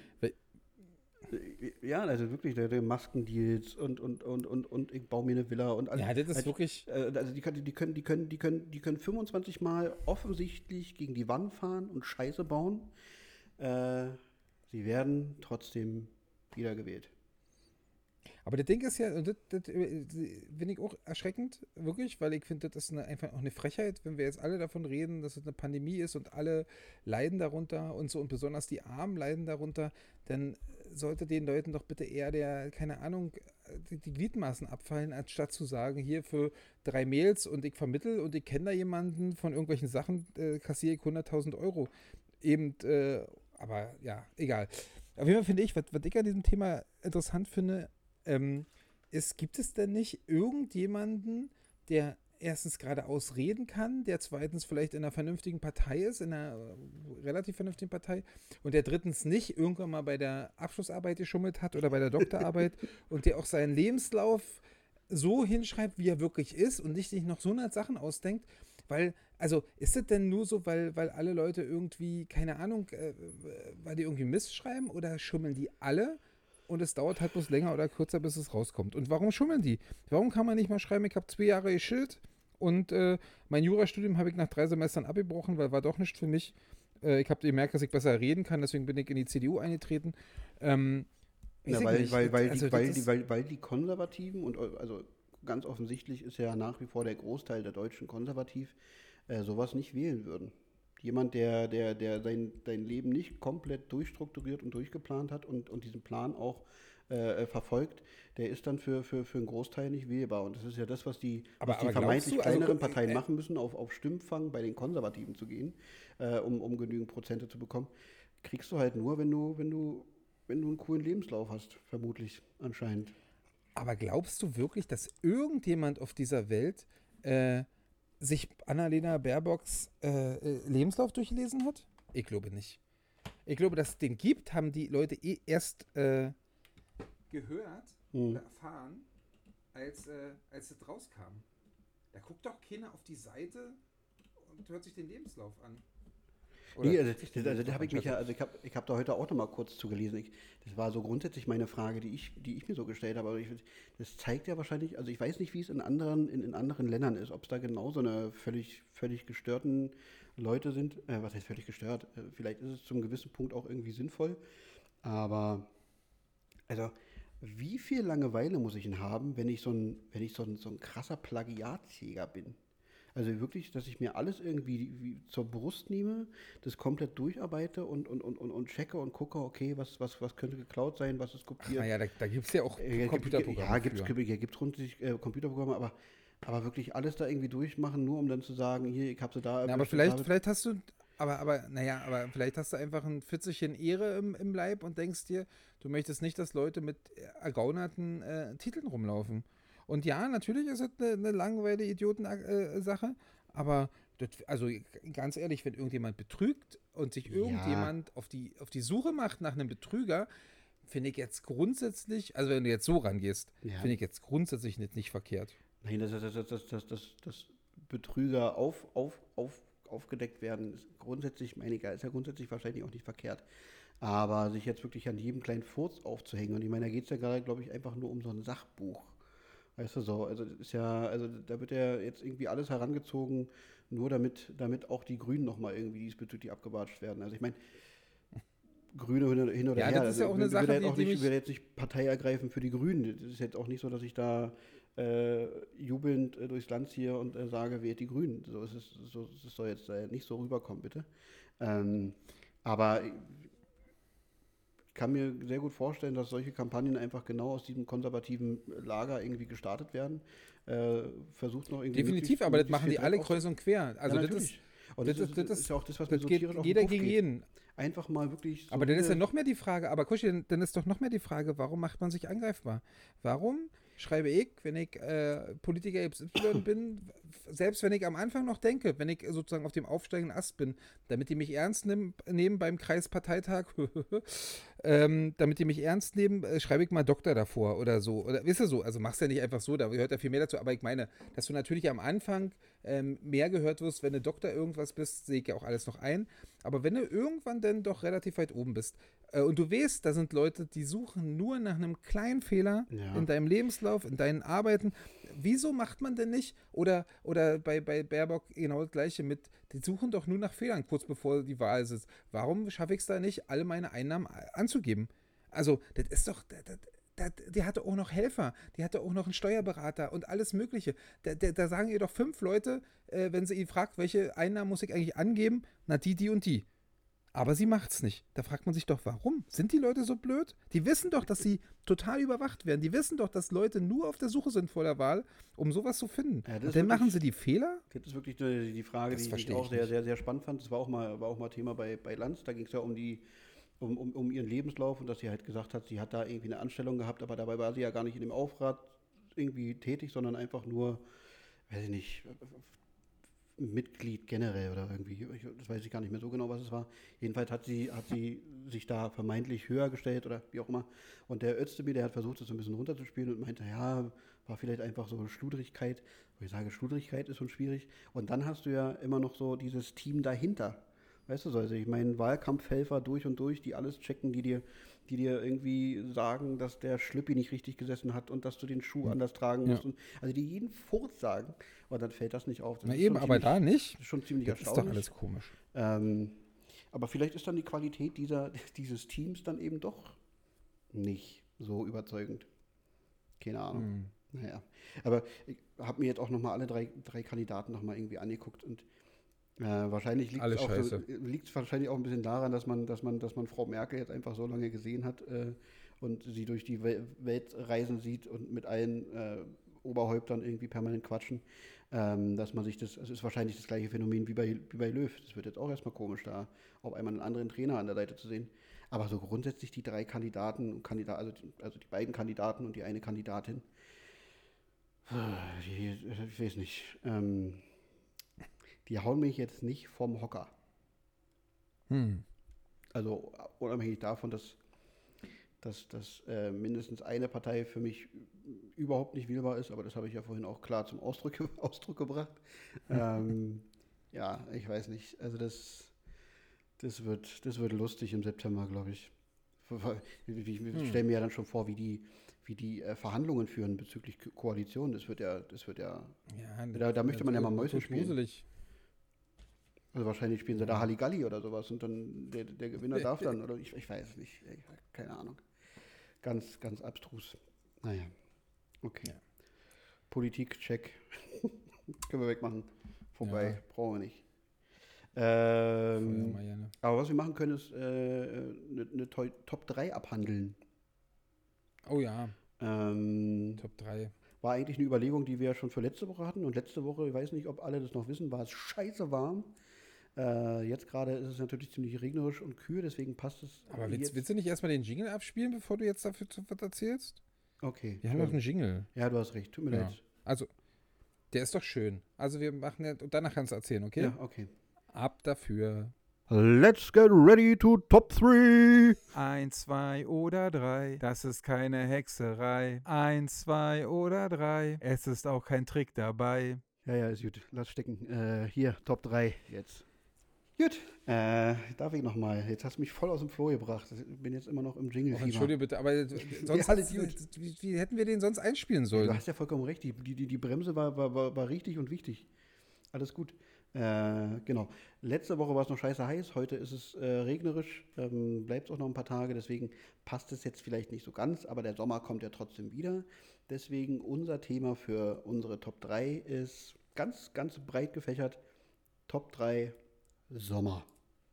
Ja, also wirklich, der Maskendeals und ich baue mir eine Villa und alles. Ja, das ist wirklich. Also die können 25 Mal offensichtlich gegen die Wand fahren und Scheiße bauen. Sie werden trotzdem wiedergewählt. Aber das Ding ist ja, und das finde ich auch erschreckend, wirklich, weil ich finde, das ist einfach auch eine Frechheit, wenn wir jetzt alle davon reden, dass es eine Pandemie ist und alle leiden darunter und so und besonders die Armen leiden darunter, dann sollte den Leuten doch bitte eher keine Ahnung, die Gliedmaßen abfallen, anstatt zu sagen, hier für 3 Mails und ich vermittel und ich kenne da jemanden von irgendwelchen Sachen, kassiere ich 100.000 €. Eben, aber ja, egal. Auf jeden Fall finde ich, was ich an diesem Thema interessant finde, gibt es denn nicht irgendjemanden, der erstens geradeaus reden kann, der zweitens vielleicht in einer vernünftigen Partei ist, in einer relativ vernünftigen Partei und der drittens nicht irgendwann mal bei der Abschlussarbeit geschummelt hat oder bei der Doktorarbeit und der auch seinen Lebenslauf so hinschreibt, wie er wirklich ist und nicht sich noch so 100 Sachen ausdenkt, weil, also ist es denn nur so, weil alle Leute irgendwie, keine Ahnung, weil die irgendwie Mist schreiben oder schummeln die alle? Und es dauert halt bloß länger oder kürzer, bis es rauskommt. Und warum schummeln die? Warum kann man nicht mal schreiben, ich habe 2 Jahre geschillt und mein Jurastudium habe ich nach 3 Semestern abgebrochen, weil war doch nicht für mich. Ich habe gemerkt, dass ich besser reden kann, deswegen bin ich in die CDU eingetreten. Weil die Konservativen und also ganz offensichtlich ist ja nach wie vor der Großteil der Deutschen konservativ, sowas nicht wählen würden. Jemand, der sein Leben nicht komplett durchstrukturiert und durchgeplant hat und diesen Plan auch verfolgt, der ist dann für einen Großteil nicht wählbar. Und das ist ja das, was die vermeintlich kleineren Parteien machen müssen, auf Stimmfang bei den Konservativen zu gehen, um genügend Prozente zu bekommen. Kriegst du halt nur, wenn du einen coolen Lebenslauf hast, vermutlich, anscheinend. Aber glaubst du wirklich, dass irgendjemand auf dieser Welt sich Annalena Baerbocks Lebenslauf durchgelesen hat? Ich glaube nicht. Ich glaube, dass es den gibt, haben die Leute erst gehört oder erfahren, als es rauskam. Da guckt doch keiner auf die Seite und hört sich den Lebenslauf an. Nee, da habe ich mich ja, also ich habe da heute auch noch mal kurz zugelesen. Das war so grundsätzlich meine Frage, die ich mir so gestellt habe. Aber das zeigt ja wahrscheinlich, also ich weiß nicht, wie es in anderen Ländern ist, ob es da genauso eine völlig gestörten Leute sind. Was heißt völlig gestört? Vielleicht ist es zum gewissen Punkt auch irgendwie sinnvoll. Aber, also, wie viel Langeweile muss ich denn haben, wenn ich so ein krasser Plagiatsjäger bin? Also wirklich, dass ich mir alles irgendwie zur Brust nehme, das komplett durcharbeite und checke und gucke, okay, was könnte geklaut sein, was ist kopiert. Naja, da gibt es ja auch Computerprogramme. Ja, gibt es Computerprogramme, aber wirklich alles da irgendwie durchmachen, nur um dann zu sagen, hier, ich habe sie da. Na, aber vielleicht hast du, aber vielleicht hast du einfach ein Pfützchen Ehre im Leib und denkst dir, du möchtest nicht, dass Leute mit ergaunerten Titeln rumlaufen. Und ja, natürlich ist es eine langweilige Idioten-Sache, aber also ganz ehrlich, wenn irgendjemand betrügt und sich irgendjemand auf die Suche macht nach einem Betrüger, finde ich jetzt grundsätzlich, also wenn du jetzt so rangehst, finde ich jetzt grundsätzlich nicht verkehrt. Nein, dass Betrüger aufgedeckt werden, ist grundsätzlich, ist ja grundsätzlich wahrscheinlich auch nicht verkehrt. Aber sich jetzt wirklich an jedem kleinen Furz aufzuhängen, und ich meine, da geht es ja gerade, glaube ich, einfach nur um so ein Sachbuch. Weißt du so, also das ist ja, also da wird ja jetzt irgendwie alles herangezogen, nur damit auch die Grünen nochmal irgendwie diesbezüglich abgewatscht werden. Also ich meine, Grüne hin oder Ja, her. das ist ja auch eine Ich Sache, will die jetzt nicht Partei ergreifen für die Grünen. Das ist jetzt auch nicht so, dass ich da jubelnd durchs Land ziehe und sage, wählt die Grünen. Das soll jetzt nicht so rüberkommen, bitte. Aber ich kann mir sehr gut vorstellen, dass solche Kampagnen einfach genau aus diesem konservativen Lager irgendwie gestartet werden. Versucht noch irgendwie definitiv, aber das machen die alle Dreck kreuz und quer. Also ja, das natürlich. ist, Und das das ist ja auch das, was mir das so geht tierisch auf den jeder Kopf gegen geht. jeden. Einfach mal wirklich Aber dann ist ja solide- noch mehr die Frage, aber Kuschi, dann ist doch noch mehr die Frage, warum macht man sich angreifbar? Warum schreibe ich, wenn ich Politiker XY bin, selbst wenn ich am Anfang noch denke, wenn ich sozusagen auf dem aufsteigenden Ast bin, damit die mich ernst nehmen beim Kreisparteitag, damit die mich ernst nehmen, schreibe ich mal Doktor davor oder so. Oder wisst ihr so, also machst ja nicht einfach so, da gehört ja viel mehr dazu, aber ich meine, dass du natürlich am Anfang mehr gehört wirst, wenn du Doktor irgendwas bist, sehe ich ja auch alles noch ein. Aber wenn du irgendwann dann doch relativ weit oben bist und du weißt, da sind Leute, die suchen nur nach einem kleinen Fehler Ja. in deinem Lebenslauf, in deinen Arbeiten, wieso macht man denn nicht? Oder bei Baerbock genau das Gleiche mit, die suchen doch nur nach Fehlern, kurz bevor die Wahl ist. Warum schaffe ich es da nicht, alle meine Einnahmen anzugeben? Also, das ist doch, die hatte auch noch Helfer, die hatte auch noch einen Steuerberater und alles Mögliche. Da sagen ihr doch 5 Leute, wenn sie ihn fragt, welche Einnahmen muss ich eigentlich angeben? Na, die und die. Aber sie macht's nicht. Da fragt man sich doch, warum? Sind die Leute so blöd? Die wissen doch, dass sie total überwacht werden. Die wissen doch, dass Leute nur auf der Suche sind vor der Wahl, um sowas zu finden. Ja, das Und ist dann machen wirklich- sie die Fehler? Das ist wirklich die Frage, Das die ich verstehe auch ich sehr, nicht. sehr, sehr spannend fand. Das war auch mal Thema bei Lanz. Da ging es ja um ihren Lebenslauf und dass sie halt gesagt hat, sie hat da irgendwie eine Anstellung gehabt, aber dabei war sie ja gar nicht in dem Aufrat irgendwie tätig, sondern einfach nur, weiß ich nicht, Mitglied generell oder irgendwie, das weiß ich gar nicht mehr so genau, was es war. Jedenfalls hat sie sich da vermeintlich höher gestellt oder wie auch immer. Und der Özdemir, der hat versucht, das so ein bisschen runterzuspielen und meinte, ja, war vielleicht einfach so Schludrigkeit. Wo ich sage, Schludrigkeit ist schon schwierig. Und dann hast du ja immer noch so dieses Team dahinter. Weißt du, so, also ich meine, Wahlkampfhelfer durch und durch, die alles checken, die dir irgendwie sagen, dass der Schlüppi nicht richtig gesessen hat und dass du den Schuh anders tragen musst. Ja. Und, also die jeden Furz sagen, und dann fällt das nicht auf. Das Na ist eben, schon aber ziemlich- da nicht. Das ist schon ziemlich Das ist doch erstaunlich. alles komisch. Aber vielleicht ist dann die Qualität dieses Teams dann eben doch nicht so überzeugend. Keine Ahnung. Naja. Aber ich habe mir jetzt auch nochmal alle drei Kandidaten nochmal irgendwie angeguckt und wahrscheinlich liegt Alle es scheiße. wahrscheinlich auch ein bisschen daran, dass man Frau Merkel jetzt einfach so lange gesehen hat und sie durch die Welt reisen sieht und mit allen Oberhäuptern irgendwie permanent quatschen, dass man sich es ist wahrscheinlich das gleiche Phänomen wie bei Löw. Das wird jetzt auch erstmal komisch, da auf einmal einen anderen Trainer an der Seite zu sehen. Aber so grundsätzlich die drei Kandidaten, also die beiden Kandidaten und die eine Kandidatin, ich weiß nicht, die hauen mich jetzt nicht vom Hocker. Also unabhängig davon, dass mindestens eine Partei für mich überhaupt nicht wählbar ist, aber das habe ich ja vorhin auch klar zum Ausdruck gebracht. Ja, ich weiß nicht. Also das wird lustig im September, glaube ich. Ich stelle mir ja dann schon vor, wie die Verhandlungen führen bezüglich Koalition. Das wird ja, da möchte man ja mal Mäuschen spielen. Gruselig. Also wahrscheinlich spielen sie da Halligalli oder sowas und dann der Gewinner darf dann, oder ich weiß es nicht, keine Ahnung. Ganz, ganz abstrus. Naja, okay. Ja. Politik, check. Können wir wegmachen. Vorbei, Ja. brauchen wir nicht. Marianne. Aber was wir machen können, ist eine Top 3 abhandeln. Oh ja, Ähm, Top 3. War eigentlich eine Überlegung, die wir ja schon für letzte Woche hatten. Und letzte Woche, ich weiß nicht, ob alle das noch wissen, war es scheiße warm. Jetzt gerade ist es natürlich ziemlich regnerisch und kühl, deswegen passt es Aber jetzt. willst du nicht erstmal den Jingle abspielen, bevor du jetzt dafür was erzählst? Okay, Wir haben noch einen Entschuldigung. Jingle. Ja, du hast recht, tut mir Ja. leid. Also, der ist doch schön. Also wir machen ja, und danach kannst du erzählen, okay? Ja, okay. Ab dafür. Let's get ready to top 3. 1, 2 oder 3, das ist keine Hexerei. 1, 2 oder 3, es ist auch kein Trick dabei. Ja, ist gut. Lass stecken. Hier, Top 3 jetzt. Gut. Darf ich nochmal? Jetzt hast du mich voll aus dem Flow gebracht. Ich bin jetzt immer noch im Oh, Jingle-Fieber. entschuldige bitte, aber sonst, alles gut. wie hätten wir den sonst einspielen Du sollen? hast ja vollkommen recht. Die Bremse war richtig und wichtig. Alles gut. Genau. Letzte Woche war es noch scheiße heiß. Heute ist es regnerisch. Bleibt es auch noch ein paar Tage. Deswegen passt es jetzt vielleicht nicht so ganz. Aber der Sommer kommt ja trotzdem wieder. Deswegen unser Thema für unsere Top 3 ist ganz, ganz breit gefächert. Top 3 Sommer.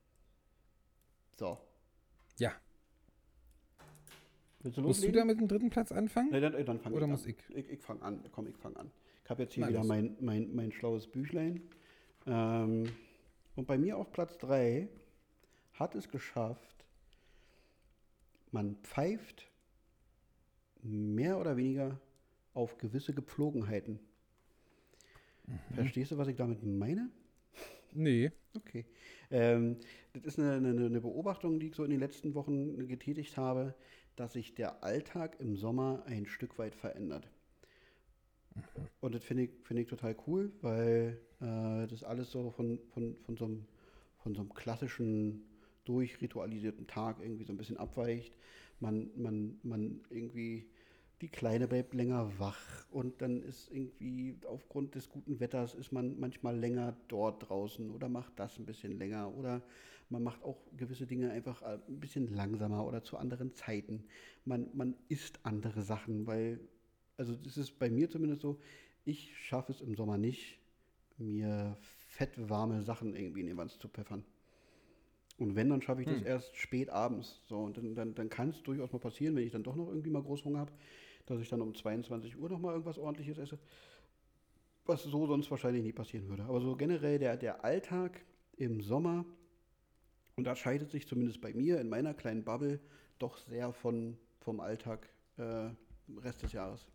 So. Ja. Willst du Musst du loslegen? da mit dem dritten Platz anfangen? Nee, dann fang Oder ich muss an. ich? Ich fange an. Komm, ich fange an. Ich habe jetzt hier Na, wieder los. mein schlaues Büchlein. Und bei mir auf Platz 3 hat es geschafft, man pfeift mehr oder weniger auf gewisse Gepflogenheiten. Verstehst du, was ich damit meine? Nee. Okay. Das ist eine Beobachtung, die ich so in den letzten Wochen getätigt habe, dass sich der Alltag im Sommer ein Stück weit verändert. Und das finde ich total cool, weil das alles so von so einem klassischen, durchritualisierten Tag irgendwie so ein bisschen abweicht. Man irgendwie, die Kleine bleibt länger wach und dann ist irgendwie aufgrund des guten Wetters ist man manchmal länger dort draußen oder macht das ein bisschen länger oder man macht auch gewisse Dinge einfach ein bisschen langsamer oder zu anderen Zeiten. Man isst andere Sachen, weil, also das ist bei mir zumindest so, ich schaffe es im Sommer nicht, mir fettwarme Sachen irgendwie in den Wanst zu pfeffern. Und wenn, dann schaffe ich das erst spät abends. So, und dann kann es durchaus mal passieren, wenn ich dann doch noch irgendwie mal groß Hunger habe, dass ich dann um 22 Uhr noch mal irgendwas Ordentliches esse. Was so sonst wahrscheinlich nie passieren würde. Aber so generell der Alltag im Sommer unterscheidet sich zumindest bei mir in meiner kleinen Bubble doch sehr vom Alltag im Rest des Jahres.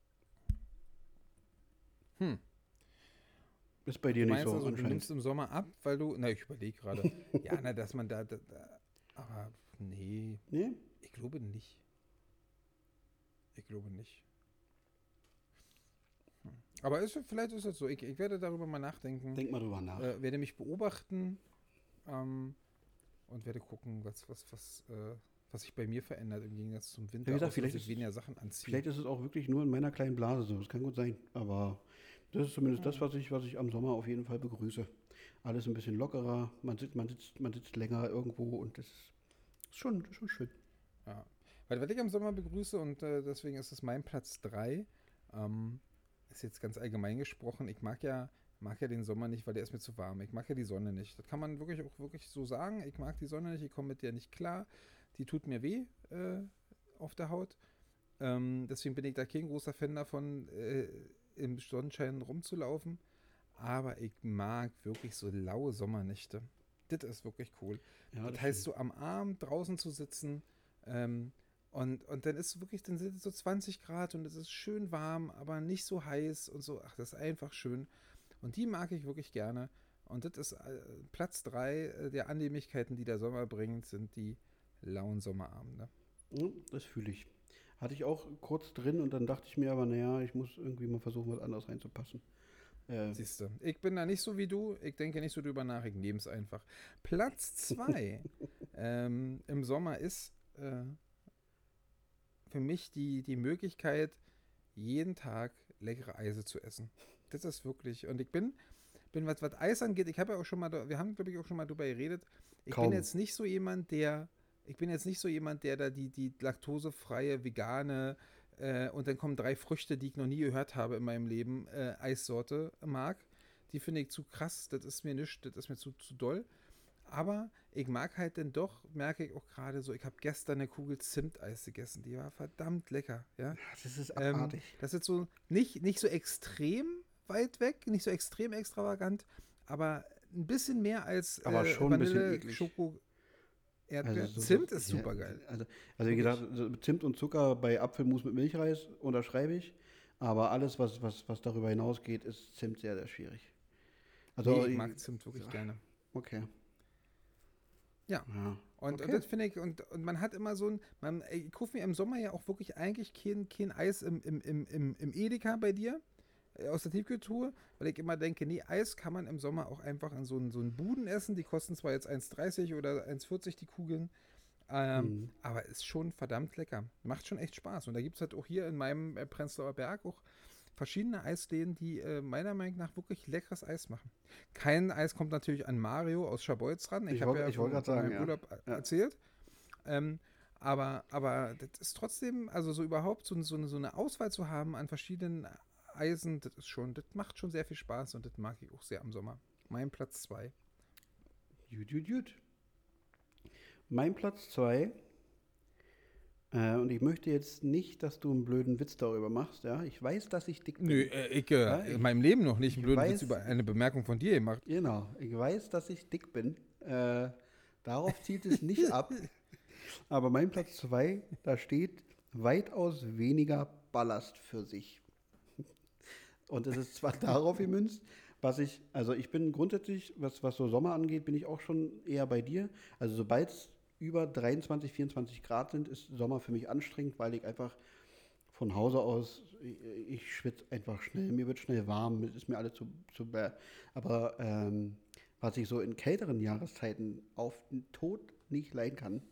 Ist bei dir Du nicht meinst so also, du anscheinend. nimmst im Sommer ab, weil du, na, ich überlege gerade. Ja, na, dass man aber nee, Nee? ich glaube nicht. Ich glaube nicht. Aber vielleicht ist es so. Ich werde darüber mal nachdenken. Denk mal drüber nach. Werde mich beobachten und werde gucken, was sich bei mir verändert im Gegensatz zum Winter. Wie gesagt, außer, vielleicht dass ich ist- weniger Sachen anziehe. Vielleicht ist es auch wirklich nur in meiner kleinen Blase so. Das kann gut sein. Aber das ist zumindest das, was ich am Sommer auf jeden Fall begrüße. Alles ein bisschen lockerer. Man sitzt länger irgendwo und das ist schon schön. Ja. Weil was ich am Sommer begrüße und deswegen ist es mein Platz 3, ist jetzt ganz allgemein gesprochen, ich mag ja den Sommer nicht, weil der ist mir zu warm. Ich mag ja die Sonne nicht. Das kann man wirklich so sagen. Ich mag die Sonne nicht, ich komme mit der nicht klar. Die tut mir weh auf der Haut. Deswegen bin ich da kein großer Fan davon, im Sonnenschein rumzulaufen. Aber ich mag wirklich so laue Sommernächte. Das ist wirklich cool. Ja, Das heißt, so am Abend draußen zu sitzen und dann ist wirklich, dann sind es so 20 Grad und es ist schön warm, aber nicht so heiß und so. Ach, das ist einfach schön. Und die mag ich wirklich gerne. Und das ist Platz 3 der Annehmlichkeiten, die der Sommer bringt, sind die lauen Sommerabende. Das fühle ich. Hatte ich auch kurz drin und dann dachte ich mir aber, naja, ich muss irgendwie mal versuchen, was anderes reinzupassen. Siehst du, ich bin da nicht so wie du, ich denke nicht so drüber nach, ich nehme es einfach. Platz 2 im Sommer ist für mich die Möglichkeit, jeden Tag leckere Eise zu essen. Das ist wirklich, und ich bin was Eis angeht, ich habe ja auch schon mal, wir haben, glaube ich, auch schon mal drüber geredet, ich bin jetzt nicht so jemand, der da die laktosefreie, vegane und dann kommen 3 Früchte, die ich noch nie gehört habe in meinem Leben, Eissorte mag. Die finde ich zu krass, das ist mir nichts, das ist mir zu doll. Aber ich mag halt dann doch, merke ich auch gerade so, ich habe gestern eine Kugel Zimteis gegessen, die war verdammt lecker. Ja? Das ist abartig. Das ist so nicht so extrem weit weg, nicht so extrem extravagant, aber ein bisschen mehr als Aber schon ein bisschen Vanille, eklig. Schoko, Erdbeer. Also Zimt ist ja, super geil. also wie gesagt, so Zimt und Zucker bei Apfelmus mit Milchreis unterschreibe ich. Aber alles, was darüber hinausgeht, ist Zimt sehr, sehr schwierig. Also, Nee, ich mag Zimt wirklich gerne. okay. Ja. Ja. Und Okay. das finde ich, und man hat immer so ich kaufe mir im Sommer ja auch wirklich eigentlich kein Eis im Edeka bei dir, aus der Tiefkühltruhe, weil ich immer denke, nee, Eis kann man im Sommer auch einfach in so einen Buden essen, die kosten zwar jetzt 1,30 oder 1,40 die Kugeln, aber ist schon verdammt lecker. Macht schon echt Spaß. Und da gibt es halt auch hier in meinem Prenzlauer Berg auch verschiedene Eisläden, die meiner Meinung nach wirklich leckeres Eis machen. Kein Eis kommt natürlich an Mario aus Schabolz ran. Ich habe ja ich wollte gerade von sagen, meinem ja. Urlaub Ja. erzählt. Aber das ist trotzdem, also so überhaupt so eine Auswahl zu haben an verschiedenen Eisen, das macht schon sehr viel Spaß und das mag ich auch sehr am Sommer. Mein Platz 2. Gut. Mein Platz 2. Und ich möchte jetzt nicht, dass du einen blöden Witz darüber machst. Ja, ich weiß, dass ich dick bin. Nö, ich Ja, in meinem Leben noch nicht einen ich blöden weiß- Witz über eine Bemerkung von dir gemacht. Genau, ich weiß, dass ich dick bin. Darauf zielt es nicht ab. Aber mein Platz 2, da steht weitaus weniger Ballast für sich. Und es ist zwar darauf gemünzt, also ich bin grundsätzlich, was so Sommer angeht, bin ich auch schon eher bei dir. Also sobald es über 23, 24 Grad sind, ist Sommer für mich anstrengend, weil ich einfach von Hause aus, ich schwitze einfach schnell, mir wird schnell warm, es ist mir alles zu bäh. Aber was ich so in kälteren Jahreszeiten auf den Tod nicht leiden kann,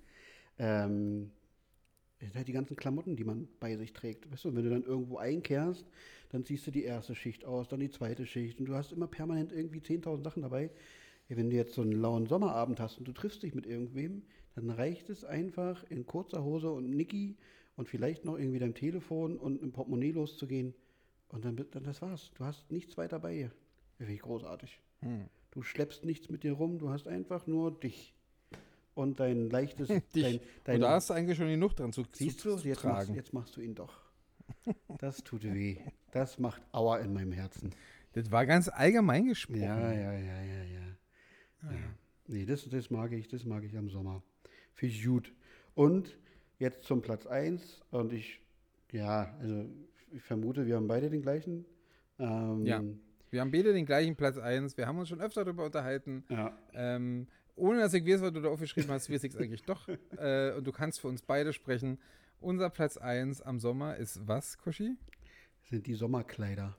sind halt die ganzen Klamotten, die man bei sich trägt. Weißt du, wenn du dann irgendwo einkehrst, dann ziehst du die erste Schicht aus, dann die zweite Schicht und du hast immer permanent irgendwie 10.000 Sachen dabei. Ja, wenn du jetzt so einen lauen Sommerabend hast und du triffst dich mit irgendwem, dann reicht es einfach in kurzer Hose und Niki und vielleicht noch irgendwie deinem Telefon und einem Portemonnaie loszugehen und dann das war's. Du hast nichts weiter bei dir. Finde ich großartig. Du schleppst nichts mit dir rum, du hast einfach nur dich und dein leichtes, Dich. dein Und da hast du eigentlich schon genug dran siehst du, zu jetzt tragen. jetzt machst du ihn doch. Das tut weh. Das macht Aua in meinem Herzen. Das war ganz allgemein gesprochen. Ja. Nee, das mag ich am Sommer. Finde ich gut. Und jetzt zum Platz 1 und also ich vermute, wir haben beide den gleichen. Ja. Wir haben beide den gleichen Platz 1. Wir haben uns schon öfter darüber unterhalten. Ja. Ohne dass ich weiß, was du da aufgeschrieben hast, weiß ich es eigentlich doch. Und du kannst für uns beide sprechen. Unser Platz 1 am Sommer ist was, Koshi? Sind die Sommerkleider.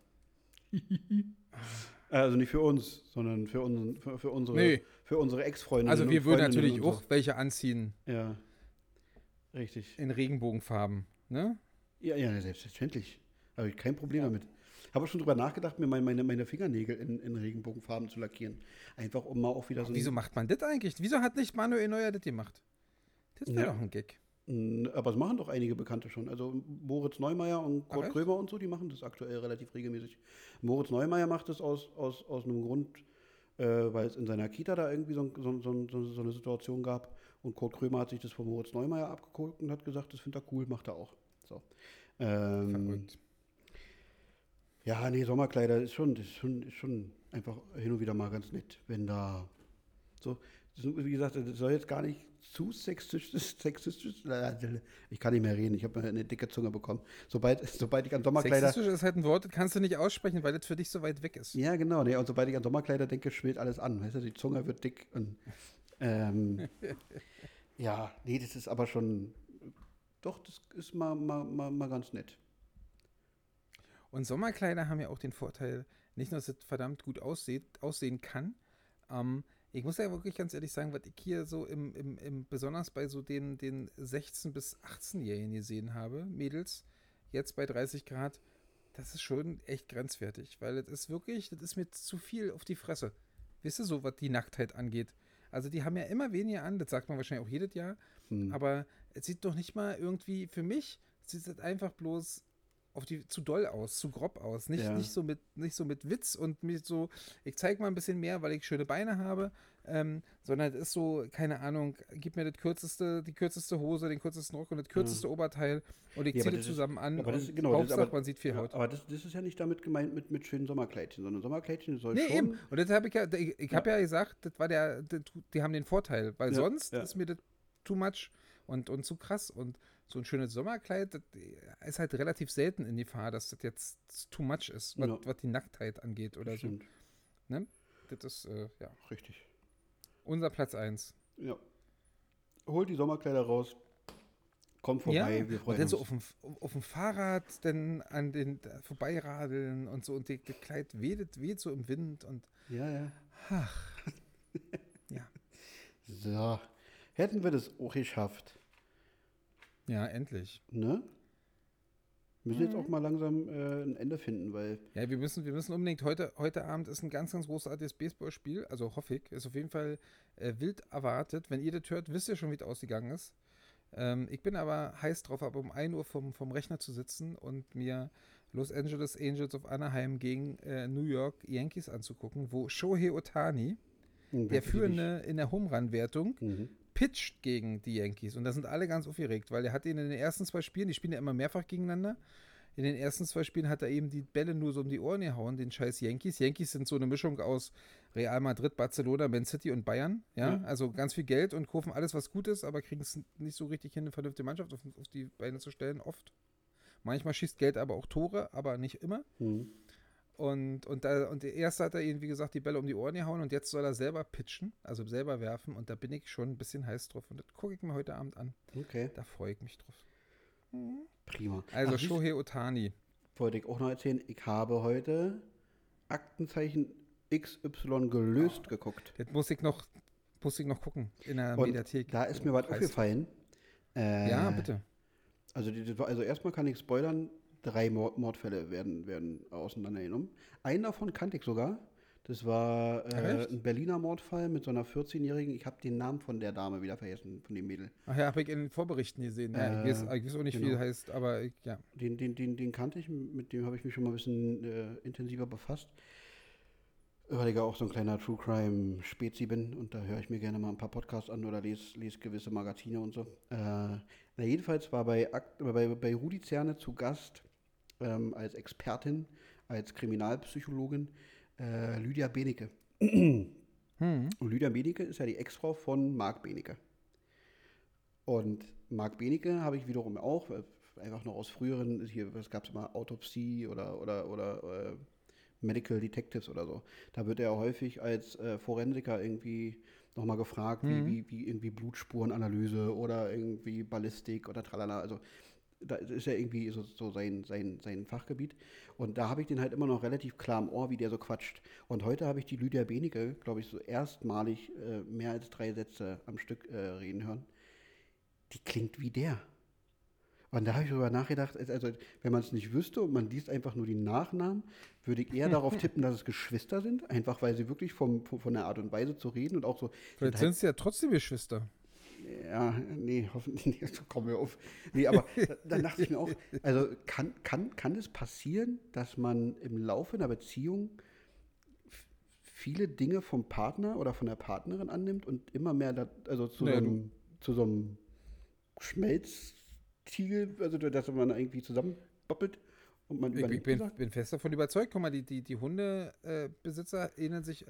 Also nicht für uns, sondern für unsere, Nee. für unsere Ex-Freundinnen. Also wir und würden Freundinnen natürlich und auch welche anziehen So. Ja, richtig. in Regenbogenfarben. Ne? Ja, selbstverständlich. Habe ich kein Problem damit. Habe schon drüber nachgedacht, mir meine Fingernägel in Regenbogenfarben zu lackieren. Einfach um mal auch wieder so Wieso macht man das eigentlich? Wieso hat nicht Manuel Neuer das gemacht? Das wäre Ja. doch ein Gag. Aber es machen doch einige Bekannte schon. Also Moritz Neumeier und Kurt echt? Krömer und so, die machen das aktuell relativ regelmäßig. Moritz Neumeier macht das aus einem Grund, weil es in seiner Kita da irgendwie so eine Situation gab. Und Kurt Krömer hat sich das von Moritz Neumeier abgeguckt und hat gesagt, das findet er cool, macht er auch. So. Verrückt. Ja, nee, Sommerkleider ist schon einfach hin und wieder mal ganz nett, wenn da so, wie gesagt, das soll jetzt gar nicht zu sexistisch, ich kann nicht mehr reden, ich habe eine dicke Zunge bekommen. Sobald ich an Sommerkleider, Sexistisch ist halt ein Wort, das kannst du nicht aussprechen, weil das für dich so weit weg ist. ja genau, nee, und sobald ich an Sommerkleider denke, schwillt alles an, weißt du, die Zunge wird dick und ja, nee, das ist aber schon, doch, das ist mal ganz nett. Und Sommerkleider haben ja auch den Vorteil, nicht nur, dass es verdammt gut aussehen kann. Ich muss ja wirklich ganz ehrlich sagen, was ich hier so besonders bei so den 16- bis 18-Jährigen gesehen habe, Mädels, jetzt bei 30 Grad, das ist schon echt grenzwertig, weil das ist mir zu viel auf die Fresse. Wisst ihr, so was die Nacktheit angeht. Also die haben ja immer weniger an, das sagt man wahrscheinlich auch jedes Jahr, aber es sieht doch nicht mal irgendwie, für mich sieht es einfach bloß zu doll aus, zu grob aus. Nicht so mit Witz und mit so, ich zeige mal ein bisschen mehr, weil ich schöne Beine habe. sondern es ist so, keine Ahnung, gib mir die kürzeste Hose, den kürzesten Rock und das kürzeste Oberteil und ich Ja, ziehe aber das das ist- zusammen an aber das und ist- genau, das ist Hauptsache, aber- man sieht viel Ja, Haut. aber das ist ja nicht damit gemeint mit schönen Sommerkleidchen, sondern Sommerkleidchen soll Nee, schon. eben. Und das habe ich habe ja gesagt, das war die haben den Vorteil, weil Ja, sonst ja. ist mir das too much und zu krass. Und so ein schönes Sommerkleid, das ist halt relativ selten in Gefahr, dass das jetzt too much ist, Ja. was die Nacktheit angeht oder so. Stimmt. Ne? Das ist, ja, Richtig. unser Platz 1. Ja. Holt die Sommerkleider raus. Kommt vorbei, Ja, wir und freuen dann uns. so auf dem Fahrrad dann an den vorbeiradeln und so und das Kleid weht so im Wind und Ja. ja, So. Hätten wir das auch geschafft. ja, endlich. Ne? Müssen jetzt auch mal langsam ein Ende finden, weil. Ja, wir müssen unbedingt, heute Abend ist ein ganz, ganz großartiges Baseballspiel, also hoffe ich, ist auf jeden Fall wild erwartet. Wenn ihr das hört, wisst ihr schon, wie es ausgegangen ist. Ich bin aber heiß drauf, ab um 1 Uhr vom Rechner zu sitzen und mir Los Angeles Angels of Anaheim gegen New York Yankees anzugucken, wo Shohei Ohtani, der Führende in der Home-Run-Wertung, pitcht gegen die Yankees. Und da sind alle ganz aufgeregt, weil er hat ihn in den ersten 2 Spielen, die spielen ja immer mehrfach gegeneinander, in den ersten 2 Spielen hat er eben die Bälle nur so um die Ohren gehauen, den scheiß Yankees. Yankees sind so eine Mischung aus Real Madrid, Barcelona, Man City und Bayern. Ja? Also ganz viel Geld und kaufen alles, was gut ist, aber kriegen es nicht so richtig hin, eine vernünftige Mannschaft auf die Beine zu stellen, oft. Manchmal schießt Geld aber auch Tore, aber nicht immer. Und erst hat er ihm, wie gesagt, die Bälle um die Ohren gehauen und jetzt soll er selber pitchen, also selber werfen und da bin ich schon ein bisschen heiß drauf und das gucke ich mir heute Abend an. Okay, Da freue ich mich drauf. prima. Also Ach, siehst- Shohei Ohtani. wollte ich auch noch erzählen, ich habe heute Aktenzeichen XY gelöst geguckt. Das muss ich noch gucken in der Und Mediathek. da ist mir was Heiß. aufgefallen. Ja, bitte. Also erstmal kann ich spoilern, 3 Mordfälle werden auseinandergenommen. Einen davon kannte ich sogar. Das war Echt? ein Berliner Mordfall mit so einer 14-Jährigen. Ich habe den Namen von der Dame wieder vergessen, von dem Mädel. Ach ja, habe ich in den Vorberichten gesehen. Ja, ich weiß auch nicht, wie genau. er heißt, aber ja. Den kannte ich, mit dem habe ich mich schon mal ein bisschen intensiver befasst. Weil ich ja auch so ein kleiner True Crime Spezi bin und da höre ich mir gerne mal ein paar Podcasts an oder lese gewisse Magazine und so. Jedenfalls war bei Rudi Zerne zu Gast als Expertin, als Kriminalpsychologin Lydia Benecke. Und Lydia Benecke ist ja die Ex-Frau von Marc Benecke. Und Marc Benecke habe ich wiederum auch, einfach noch aus früheren, hier, was gab es mal, Autopsie oder Medical Detectives oder so. Da wird er häufig als Forensiker irgendwie nochmal gefragt, wie irgendwie Blutspurenanalyse oder irgendwie Ballistik oder tralala. Also da ist ja irgendwie so sein Fachgebiet. Und da habe ich den halt immer noch relativ klar im Ohr, wie der so quatscht. Und heute habe ich die Lydia Benecke, glaube ich, so erstmalig mehr als 3 Sätze am Stück reden hören. Die klingt wie der. Und da habe ich darüber nachgedacht, also wenn man es nicht wüsste und man liest einfach nur die Nachnamen, würde ich eher darauf tippen, dass es Geschwister sind, einfach weil sie wirklich von der Art und Weise zu reden und auch so. Vielleicht sind es ja trotzdem Geschwister. Ja, nee, hoffentlich nicht, so kommen wir auf. Nee, aber dann dachte ich mir auch, also kann es passieren, dass man im Laufe einer Beziehung viele Dinge vom Partner oder von der Partnerin annimmt und immer mehr zu so einem Schmelztiegel, also dass man irgendwie zusammenboppelt und man Ich überlebt. bin fest davon überzeugt. Guck mal, die Hundebesitzer ähneln sich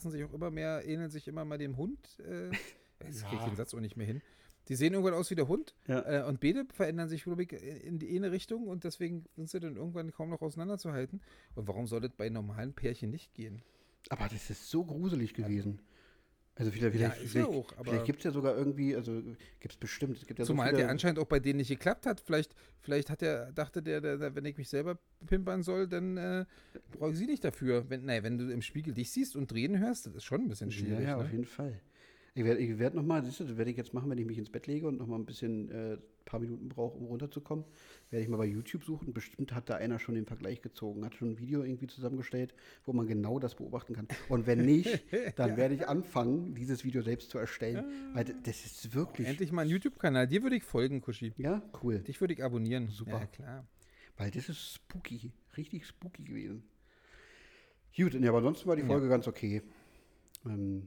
immer mal dem Hund. Jetzt kriege ich den Satz auch nicht mehr hin. Die sehen irgendwann aus wie der Hund Ja. und beide verändern sich, glaube ich, in die eine Richtung und deswegen sind sie dann irgendwann kaum noch auseinanderzuhalten. Und warum soll das bei normalen Pärchen nicht gehen? Aber das ist so gruselig gewesen. Also vielleicht ist ja auch, aber- gibt es ja sogar irgendwie, also gibt es bestimmt, es gibt ja Zumal so viele, der anscheinend auch bei denen nicht geklappt hat. Vielleicht dachte der, wenn ich mich selber pimpern soll, dann brauche ich sie nicht dafür. Wenn du im Spiegel dich siehst und reden hörst, das ist schon ein bisschen schwierig. Ja, ne? auf jeden Fall. Ich werd noch mal, siehst du, das werde ich jetzt machen, wenn ich mich ins Bett lege und noch mal ein bisschen, paar Minuten brauche, um runterzukommen. Werde ich mal bei YouTube suchen. Bestimmt hat da einer schon den Vergleich gezogen, hat schon ein Video irgendwie zusammengestellt, wo man genau das beobachten kann. Und wenn nicht, dann werde ich anfangen, dieses Video selbst zu erstellen. Weil das ist wirklich, Endlich mal ein YouTube-Kanal. Dir würde ich folgen, Kuschi. ja, cool. Dich würde ich abonnieren. Super. Ja, klar. Weil das ist spooky, richtig spooky gewesen. Gut, ja, aber ansonsten war die Folge ganz okay.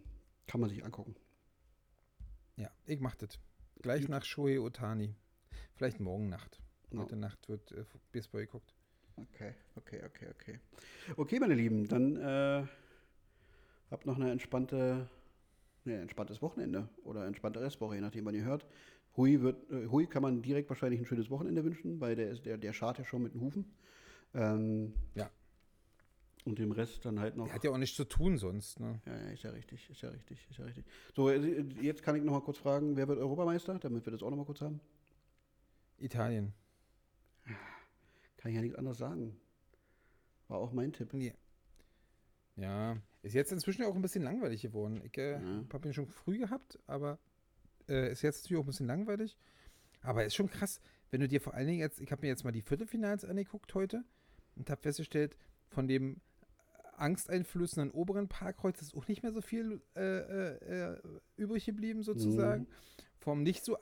Kann man sich angucken. Ja, ich mach das. Gleich nach Shohei Ohtani. Vielleicht morgen Nacht. Ja. Heute Nacht wird Baseball geguckt. Okay. Okay, meine Lieben, dann habt noch ein entspanntes Wochenende oder entspannte Restwoche, je nachdem, wann ihr hört. Hui kann man direkt wahrscheinlich ein schönes Wochenende wünschen, weil der schart ja schon mit den Hufen. Ja. Und dem Rest dann halt noch. Der hat ja auch nichts zu tun sonst, ne? Ja, ist ja richtig. So, jetzt kann ich noch mal kurz fragen, wer wird Europameister, damit wir das auch noch mal kurz haben? Italien. Kann ich ja nichts anderes sagen. War auch mein Tipp. Nee. Ja, ist jetzt inzwischen auch ein bisschen langweilig geworden. Ich habe ihn schon früh gehabt, aber ist jetzt natürlich auch ein bisschen langweilig. Aber ist schon krass, wenn du dir vor allen Dingen jetzt, ich habe mir jetzt mal die Viertelfinals angeguckt heute und habe festgestellt, von dem angsteinflößenden oberen Parkkreuz ist auch nicht mehr so viel übrig geblieben sozusagen. Vom nicht so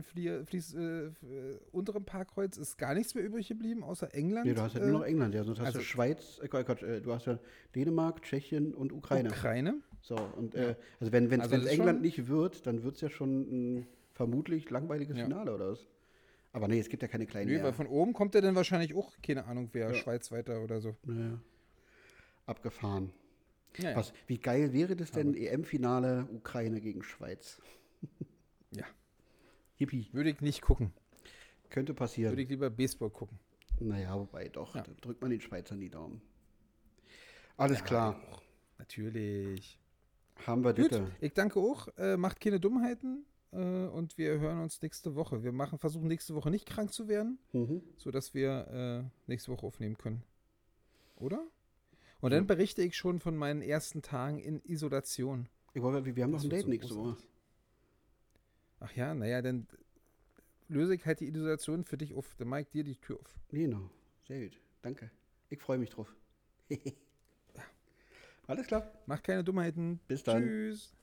unteren Parkkreuz ist gar nichts mehr übrig geblieben, außer England. Nee, du hast ja nur noch England, ja. Sonst hast du Schweiz, du hast ja Dänemark, Tschechien und Ukraine. So, und also wenn England nicht wird, dann wird es ja schon ein vermutlich langweiliges Finale oder was? Aber nee, es gibt ja keine kleinen mehr. Weil von oben kommt ja dann wahrscheinlich auch, keine Ahnung, wer, Schweiz weiter oder so. Naja. Abgefahren. Ja. Wie geil wäre das denn, EM-Finale Ukraine gegen Schweiz? Ja. Yippie. Würde ich nicht gucken. Könnte passieren. Würde ich lieber Baseball gucken. Naja, wobei doch. Da drückt man den Schweizern die Daumen. Alles klar. Auch. Natürlich. Haben wir Gut, das. ich danke auch. Macht keine Dummheiten. Und wir hören uns nächste Woche. Wir versuchen nächste Woche nicht krank zu werden, sodass wir nächste Woche aufnehmen können. Oder? Und dann berichte ich schon von meinen ersten Tagen in Isolation. Wir haben noch ein Date nächste Woche. Ach ja, naja, dann löse ich halt die Isolation für dich auf. Dann mache ich dir die Tür auf. Genau, sehr gut. Danke. Ich freue mich drauf. Alles klar. Macht keine Dummheiten. Bis dann. Tschüss.